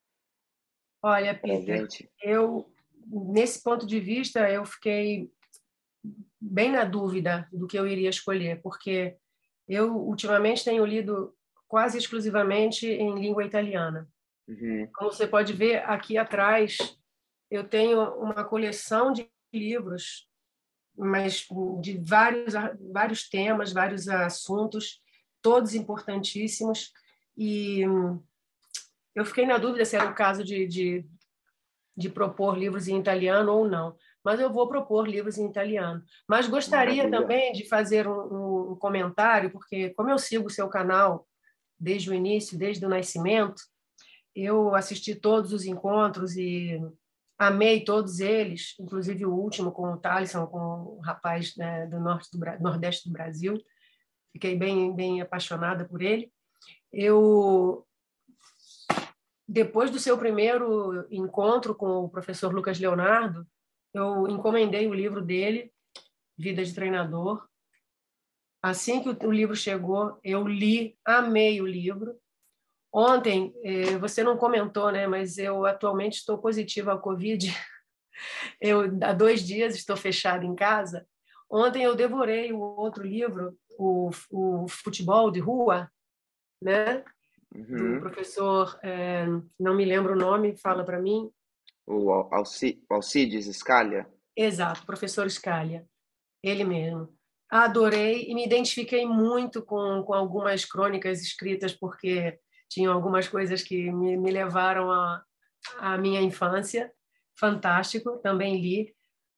[SPEAKER 2] Olha,
[SPEAKER 1] para a
[SPEAKER 2] Peter,
[SPEAKER 1] gente.
[SPEAKER 2] eu, nesse ponto de vista, eu fiquei bem na dúvida do que eu iria escolher, porque eu ultimamente tenho lido quase exclusivamente em língua italiana.
[SPEAKER 1] Uhum.
[SPEAKER 2] Como você pode ver aqui atrás, eu tenho uma coleção de livros, mas de vários vários temas, vários assuntos, todos importantíssimos. E eu fiquei na dúvida se era o caso de, de, de propor livros em italiano ou não. Mas eu vou propor livros em italiano. Mas gostaria
[SPEAKER 1] Maravilha.
[SPEAKER 2] também de fazer um, um comentário, porque como eu sigo o seu canal desde o início, desde o nascimento, eu assisti todos os encontros e amei todos eles, inclusive o último com o Thaleson, com o rapaz, né, do norte do nordeste do Brasil. Fiquei bem bem apaixonada por ele. Eu Depois do seu primeiro encontro com o professor Lucas Leonardo, eu encomendei o livro dele, Vida de Treinador. Assim que o livro chegou, eu li, amei o livro. Ontem, eh, você não comentou, né? Mas eu atualmente estou positiva ao Covid. Eu há dois dias estou fechada em casa. Ontem eu devorei o outro livro, o, o Futebol de Rua, né? Do
[SPEAKER 1] Uhum.
[SPEAKER 2] professor, eh, não me lembro o nome, fala para mim.
[SPEAKER 1] O Al- Alci- Alcides Scalia?
[SPEAKER 2] Exato, professor Scalia, ele mesmo. Adorei e me identifiquei muito com, com algumas crônicas escritas, porque tinham algumas coisas que me, me levaram à à minha infância. Fantástico, também li.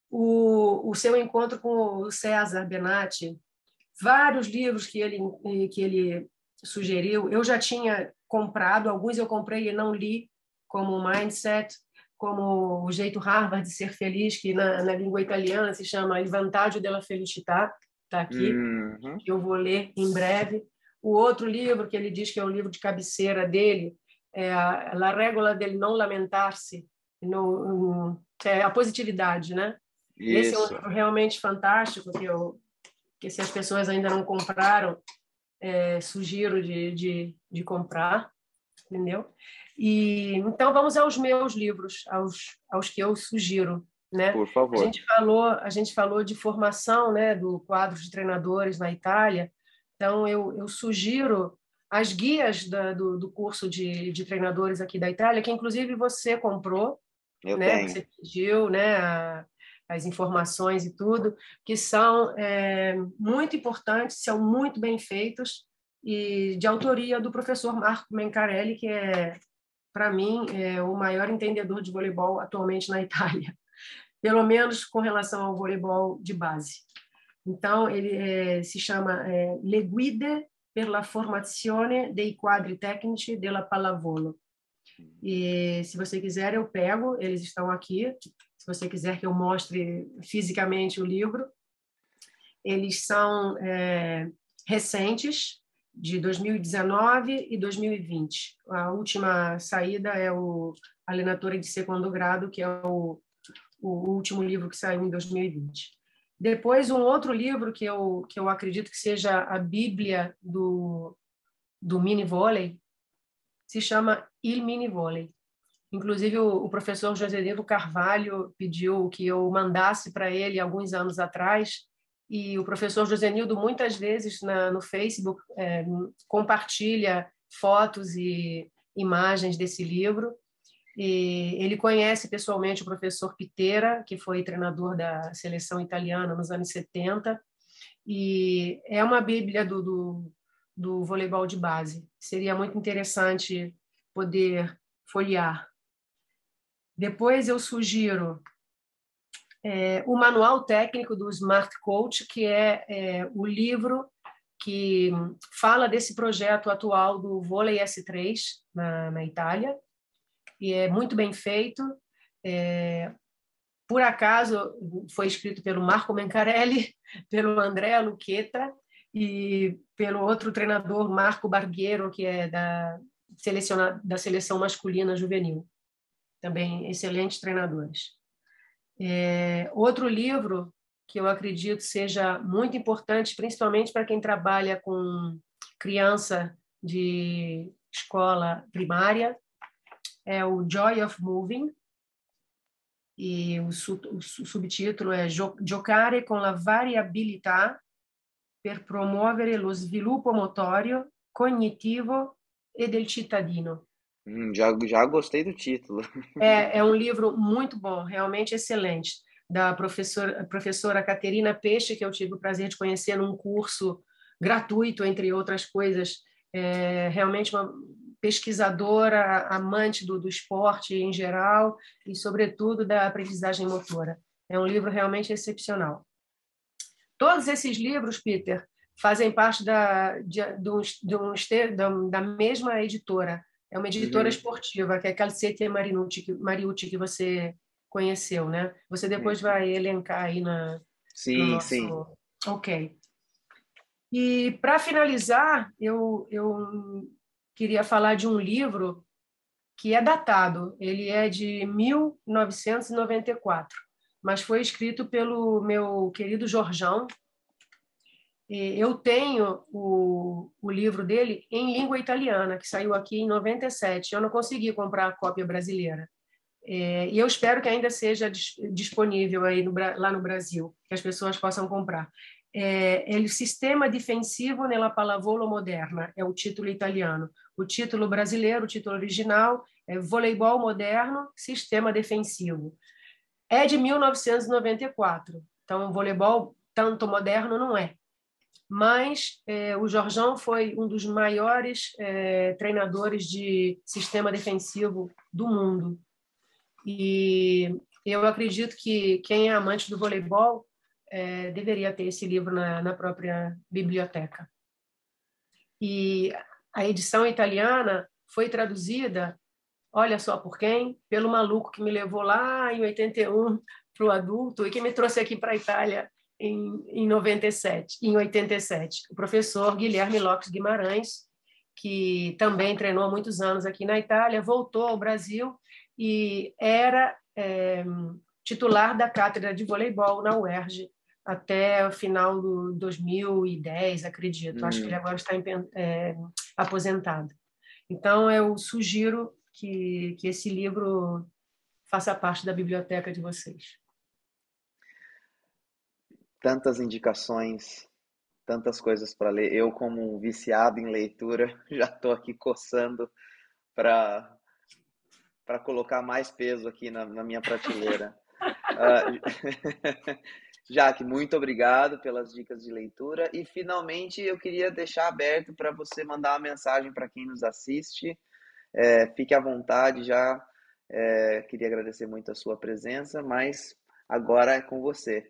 [SPEAKER 2] O, o seu encontro com o César Benatti, vários livros que ele, que ele sugeriu, eu já tinha comprado, alguns eu comprei e não li, como o Mindset, como o Jeito Harvard de Ser Feliz, que na, na língua italiana se chama Il Vantaggio della Felicità, está aqui,
[SPEAKER 1] Uhum.
[SPEAKER 2] que eu vou ler em breve. O outro livro, que ele diz que é o livro de cabeceira dele, é a La Regola del Non Lamentar-se, no, no, é a positividade, né? Esse é um
[SPEAKER 1] Isso.
[SPEAKER 2] livro realmente fantástico, que, eu, que se as pessoas ainda não compraram, é, sugiro de, de, de comprar, entendeu? E então vamos aos meus livros, aos, aos que eu sugiro, né?
[SPEAKER 1] Por
[SPEAKER 2] A
[SPEAKER 1] favor.
[SPEAKER 2] gente falou, a gente falou de formação, né, do quadro de treinadores na Itália. Então eu, eu sugiro as guias da, do, do curso de, de treinadores aqui da Itália, que inclusive você comprou,
[SPEAKER 1] Eu
[SPEAKER 2] né?
[SPEAKER 1] tenho.
[SPEAKER 2] Você pediu, né? A, as informações e tudo, que são é, muito importantes, são muito bem feitos e de autoria do professor Marco Mencarelli, que é, para mim, é o maior entendedor de voleibol atualmente na Itália, pelo menos com relação ao voleibol de base. Então, ele é, se chama é, Le Guide per la formazione dei quadri tecnici della pallavolo. E se você quiser, eu pego, eles estão aqui. Se você quiser que eu mostre fisicamente o livro, eles são é, recentes, de dois mil e dezenove e dois mil e vinte. A última saída é o Allenatore de Segundo Grado, que é o, o último livro que saiu em dois mil e vinte. Depois, um outro livro que eu, que eu acredito que seja a Bíblia do, do mini vôlei, se chama Il Mini Vôlei. Inclusive, o, o professor José Dedo Carvalho pediu que eu mandasse para ele alguns anos atrás, e o professor José Nildo, muitas vezes na, no Facebook, é, compartilha fotos e imagens desse livro. E ele conhece pessoalmente o professor Pitera, que foi treinador da seleção italiana nos anos setenta, e é uma bíblia do, do, do voleibol de base. Seria muito interessante poder folhear. Depois eu sugiro é, o Manual Técnico do Smart Coach, que é, é o livro que fala desse projeto atual do vôlei S três na, na Itália, e é muito bem feito. É, por acaso, foi escrito pelo Marco Mencarelli, pelo Andrea Lucchetta e pelo outro treinador, Marco Barbiero, que é da, da seleção masculina juvenil. Também excelentes treinadores. É, outro livro que eu acredito seja muito importante, principalmente para quem trabalha com criança de escola primária, é o Joy of Moving, e o, sub, o subtítulo é Giocare con la variabilità per promuovere lo sviluppo motorio, cognitivo e del cittadino.
[SPEAKER 1] Hum, já, já gostei do título.
[SPEAKER 2] É, é um livro muito bom, realmente excelente, da professora, professora Caterina Peixe, que eu tive o prazer de conhecer num curso gratuito, entre outras coisas. É realmente uma pesquisadora, amante do, do esporte em geral e, sobretudo, da aprendizagem motora. É um livro realmente excepcional. Todos esses livros, Peter, fazem parte da, de, de um, de um, da mesma editora. É uma editora
[SPEAKER 1] Uhum.
[SPEAKER 2] esportiva, que é a Calcetti e Mariucci, que, Mariucci, que você conheceu, né? Você depois
[SPEAKER 1] Uhum.
[SPEAKER 2] vai elencar aí na, no
[SPEAKER 1] Sim, sim.
[SPEAKER 2] nosso... Ok. E, para finalizar, eu, eu queria falar de um livro que é datado. Ele é de mil novecentos e noventa e quatro, mas foi escrito pelo meu querido Jorjão. Eu tenho o, o livro dele em língua italiana, que saiu aqui em noventa e sete. Eu não consegui comprar a cópia brasileira. É, e eu espero que ainda seja dis, disponível aí no, lá no Brasil, que as pessoas possam comprar. É, é o Sistema Difensivo nella Pallavolo Moderna, é o título italiano. O título brasileiro, o título original, é Voleibol Moderno, Sistema Defensivo. É de mil novecentos e noventa e quatro, então o voleibol tanto moderno não é. Mas é, o Jorjão foi um dos maiores é, treinadores de sistema defensivo do mundo. E eu acredito que quem é amante do voleibol é, deveria ter esse livro na, na própria biblioteca. E a edição italiana foi traduzida, olha só por quem? Pelo maluco que me levou lá em oitenta e um para o adulto e que me trouxe aqui para a Itália em, em noventa e sete, em oitenta e sete. O professor Guilherme Lopes Guimarães, que também treinou há muitos anos aqui na Itália, voltou ao Brasil e era é, titular da cátedra de voleibol na U E R J até o final do dois mil e dez, acredito. Acho que ele
[SPEAKER 1] Hum.
[SPEAKER 2] agora está é, aposentado. Então, eu sugiro que, que esse livro faça parte da biblioteca de vocês.
[SPEAKER 1] Tantas indicações, tantas coisas para ler. Eu, como um viciado em leitura, já estou aqui coçando para para colocar mais peso aqui na, na minha prateleira. Uh, Jaque, muito obrigado pelas dicas de leitura. E, finalmente, eu queria deixar aberto para você mandar uma mensagem para quem nos assiste. É, fique à vontade já. É, queria agradecer muito a sua presença, mas agora é com você.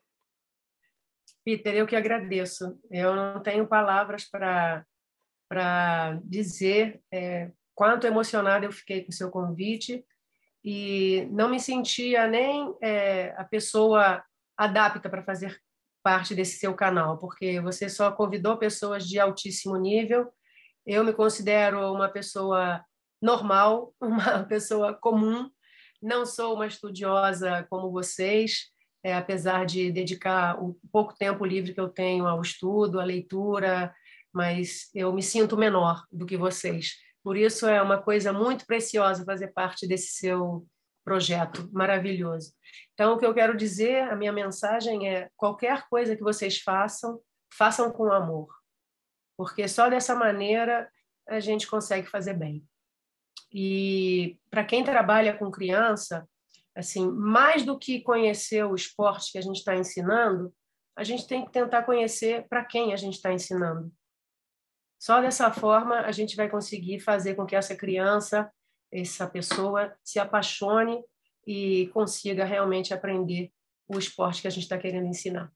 [SPEAKER 2] Peter, eu que agradeço. Eu não tenho palavras para para dizer é, quanto emocionada eu fiquei com o seu convite e não me sentia nem é, a pessoa adapta para fazer parte desse seu canal, porque você só convidou pessoas de altíssimo nível. Eu me considero uma pessoa normal, uma pessoa comum. Não sou uma estudiosa como vocês, é, apesar de dedicar o pouco tempo livre que eu tenho ao estudo, à leitura, mas eu me sinto menor do que vocês. Por isso é uma coisa muito preciosa fazer parte desse seu projeto maravilhoso. Então, o que eu quero dizer, a minha mensagem é: qualquer coisa que vocês façam, façam com amor, porque só dessa maneira a gente consegue fazer bem. E para quem trabalha com criança, assim, mais do que conhecer o esporte que a gente está ensinando, a gente tem que tentar conhecer para quem a gente está ensinando. Só dessa forma a gente vai conseguir fazer com que essa criança, essa pessoa, se apaixone e consiga realmente aprender o esporte que a gente está querendo ensinar.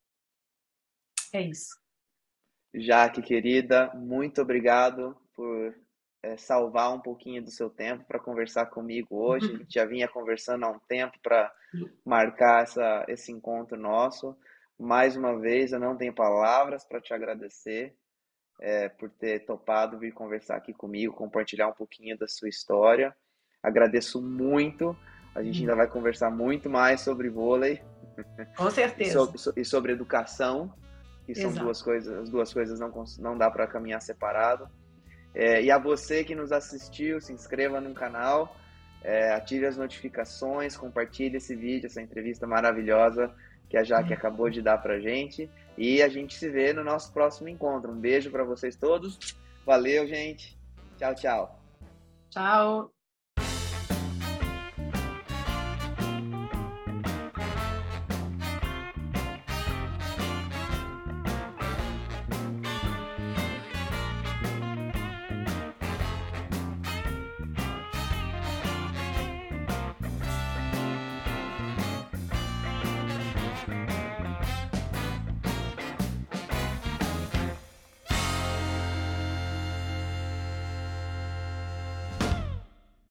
[SPEAKER 2] É isso.
[SPEAKER 1] Jaque, querida, muito obrigado por é, salvar um pouquinho do seu tempo para conversar comigo hoje. A gente já vinha conversando há um tempo para marcar essa, esse encontro nosso. Mais uma vez, eu não tenho palavras para te agradecer é, por ter topado vir conversar aqui comigo, compartilhar um pouquinho da sua história. Agradeço muito. A gente ainda vai conversar muito mais sobre vôlei.
[SPEAKER 2] Com
[SPEAKER 1] E,
[SPEAKER 2] certeza.
[SPEAKER 1] so, e sobre educação, que são
[SPEAKER 2] Exato.
[SPEAKER 1] duas coisas, as duas coisas não, não dá para caminhar separado. É, e a você que nos assistiu, se inscreva no canal, é, ative as notificações, compartilhe esse vídeo, essa entrevista maravilhosa que a Jaque
[SPEAKER 2] É.
[SPEAKER 1] acabou de dar pra gente. E a gente se vê no nosso próximo encontro. Um beijo para vocês todos. Valeu, gente. Tchau, tchau.
[SPEAKER 2] Tchau.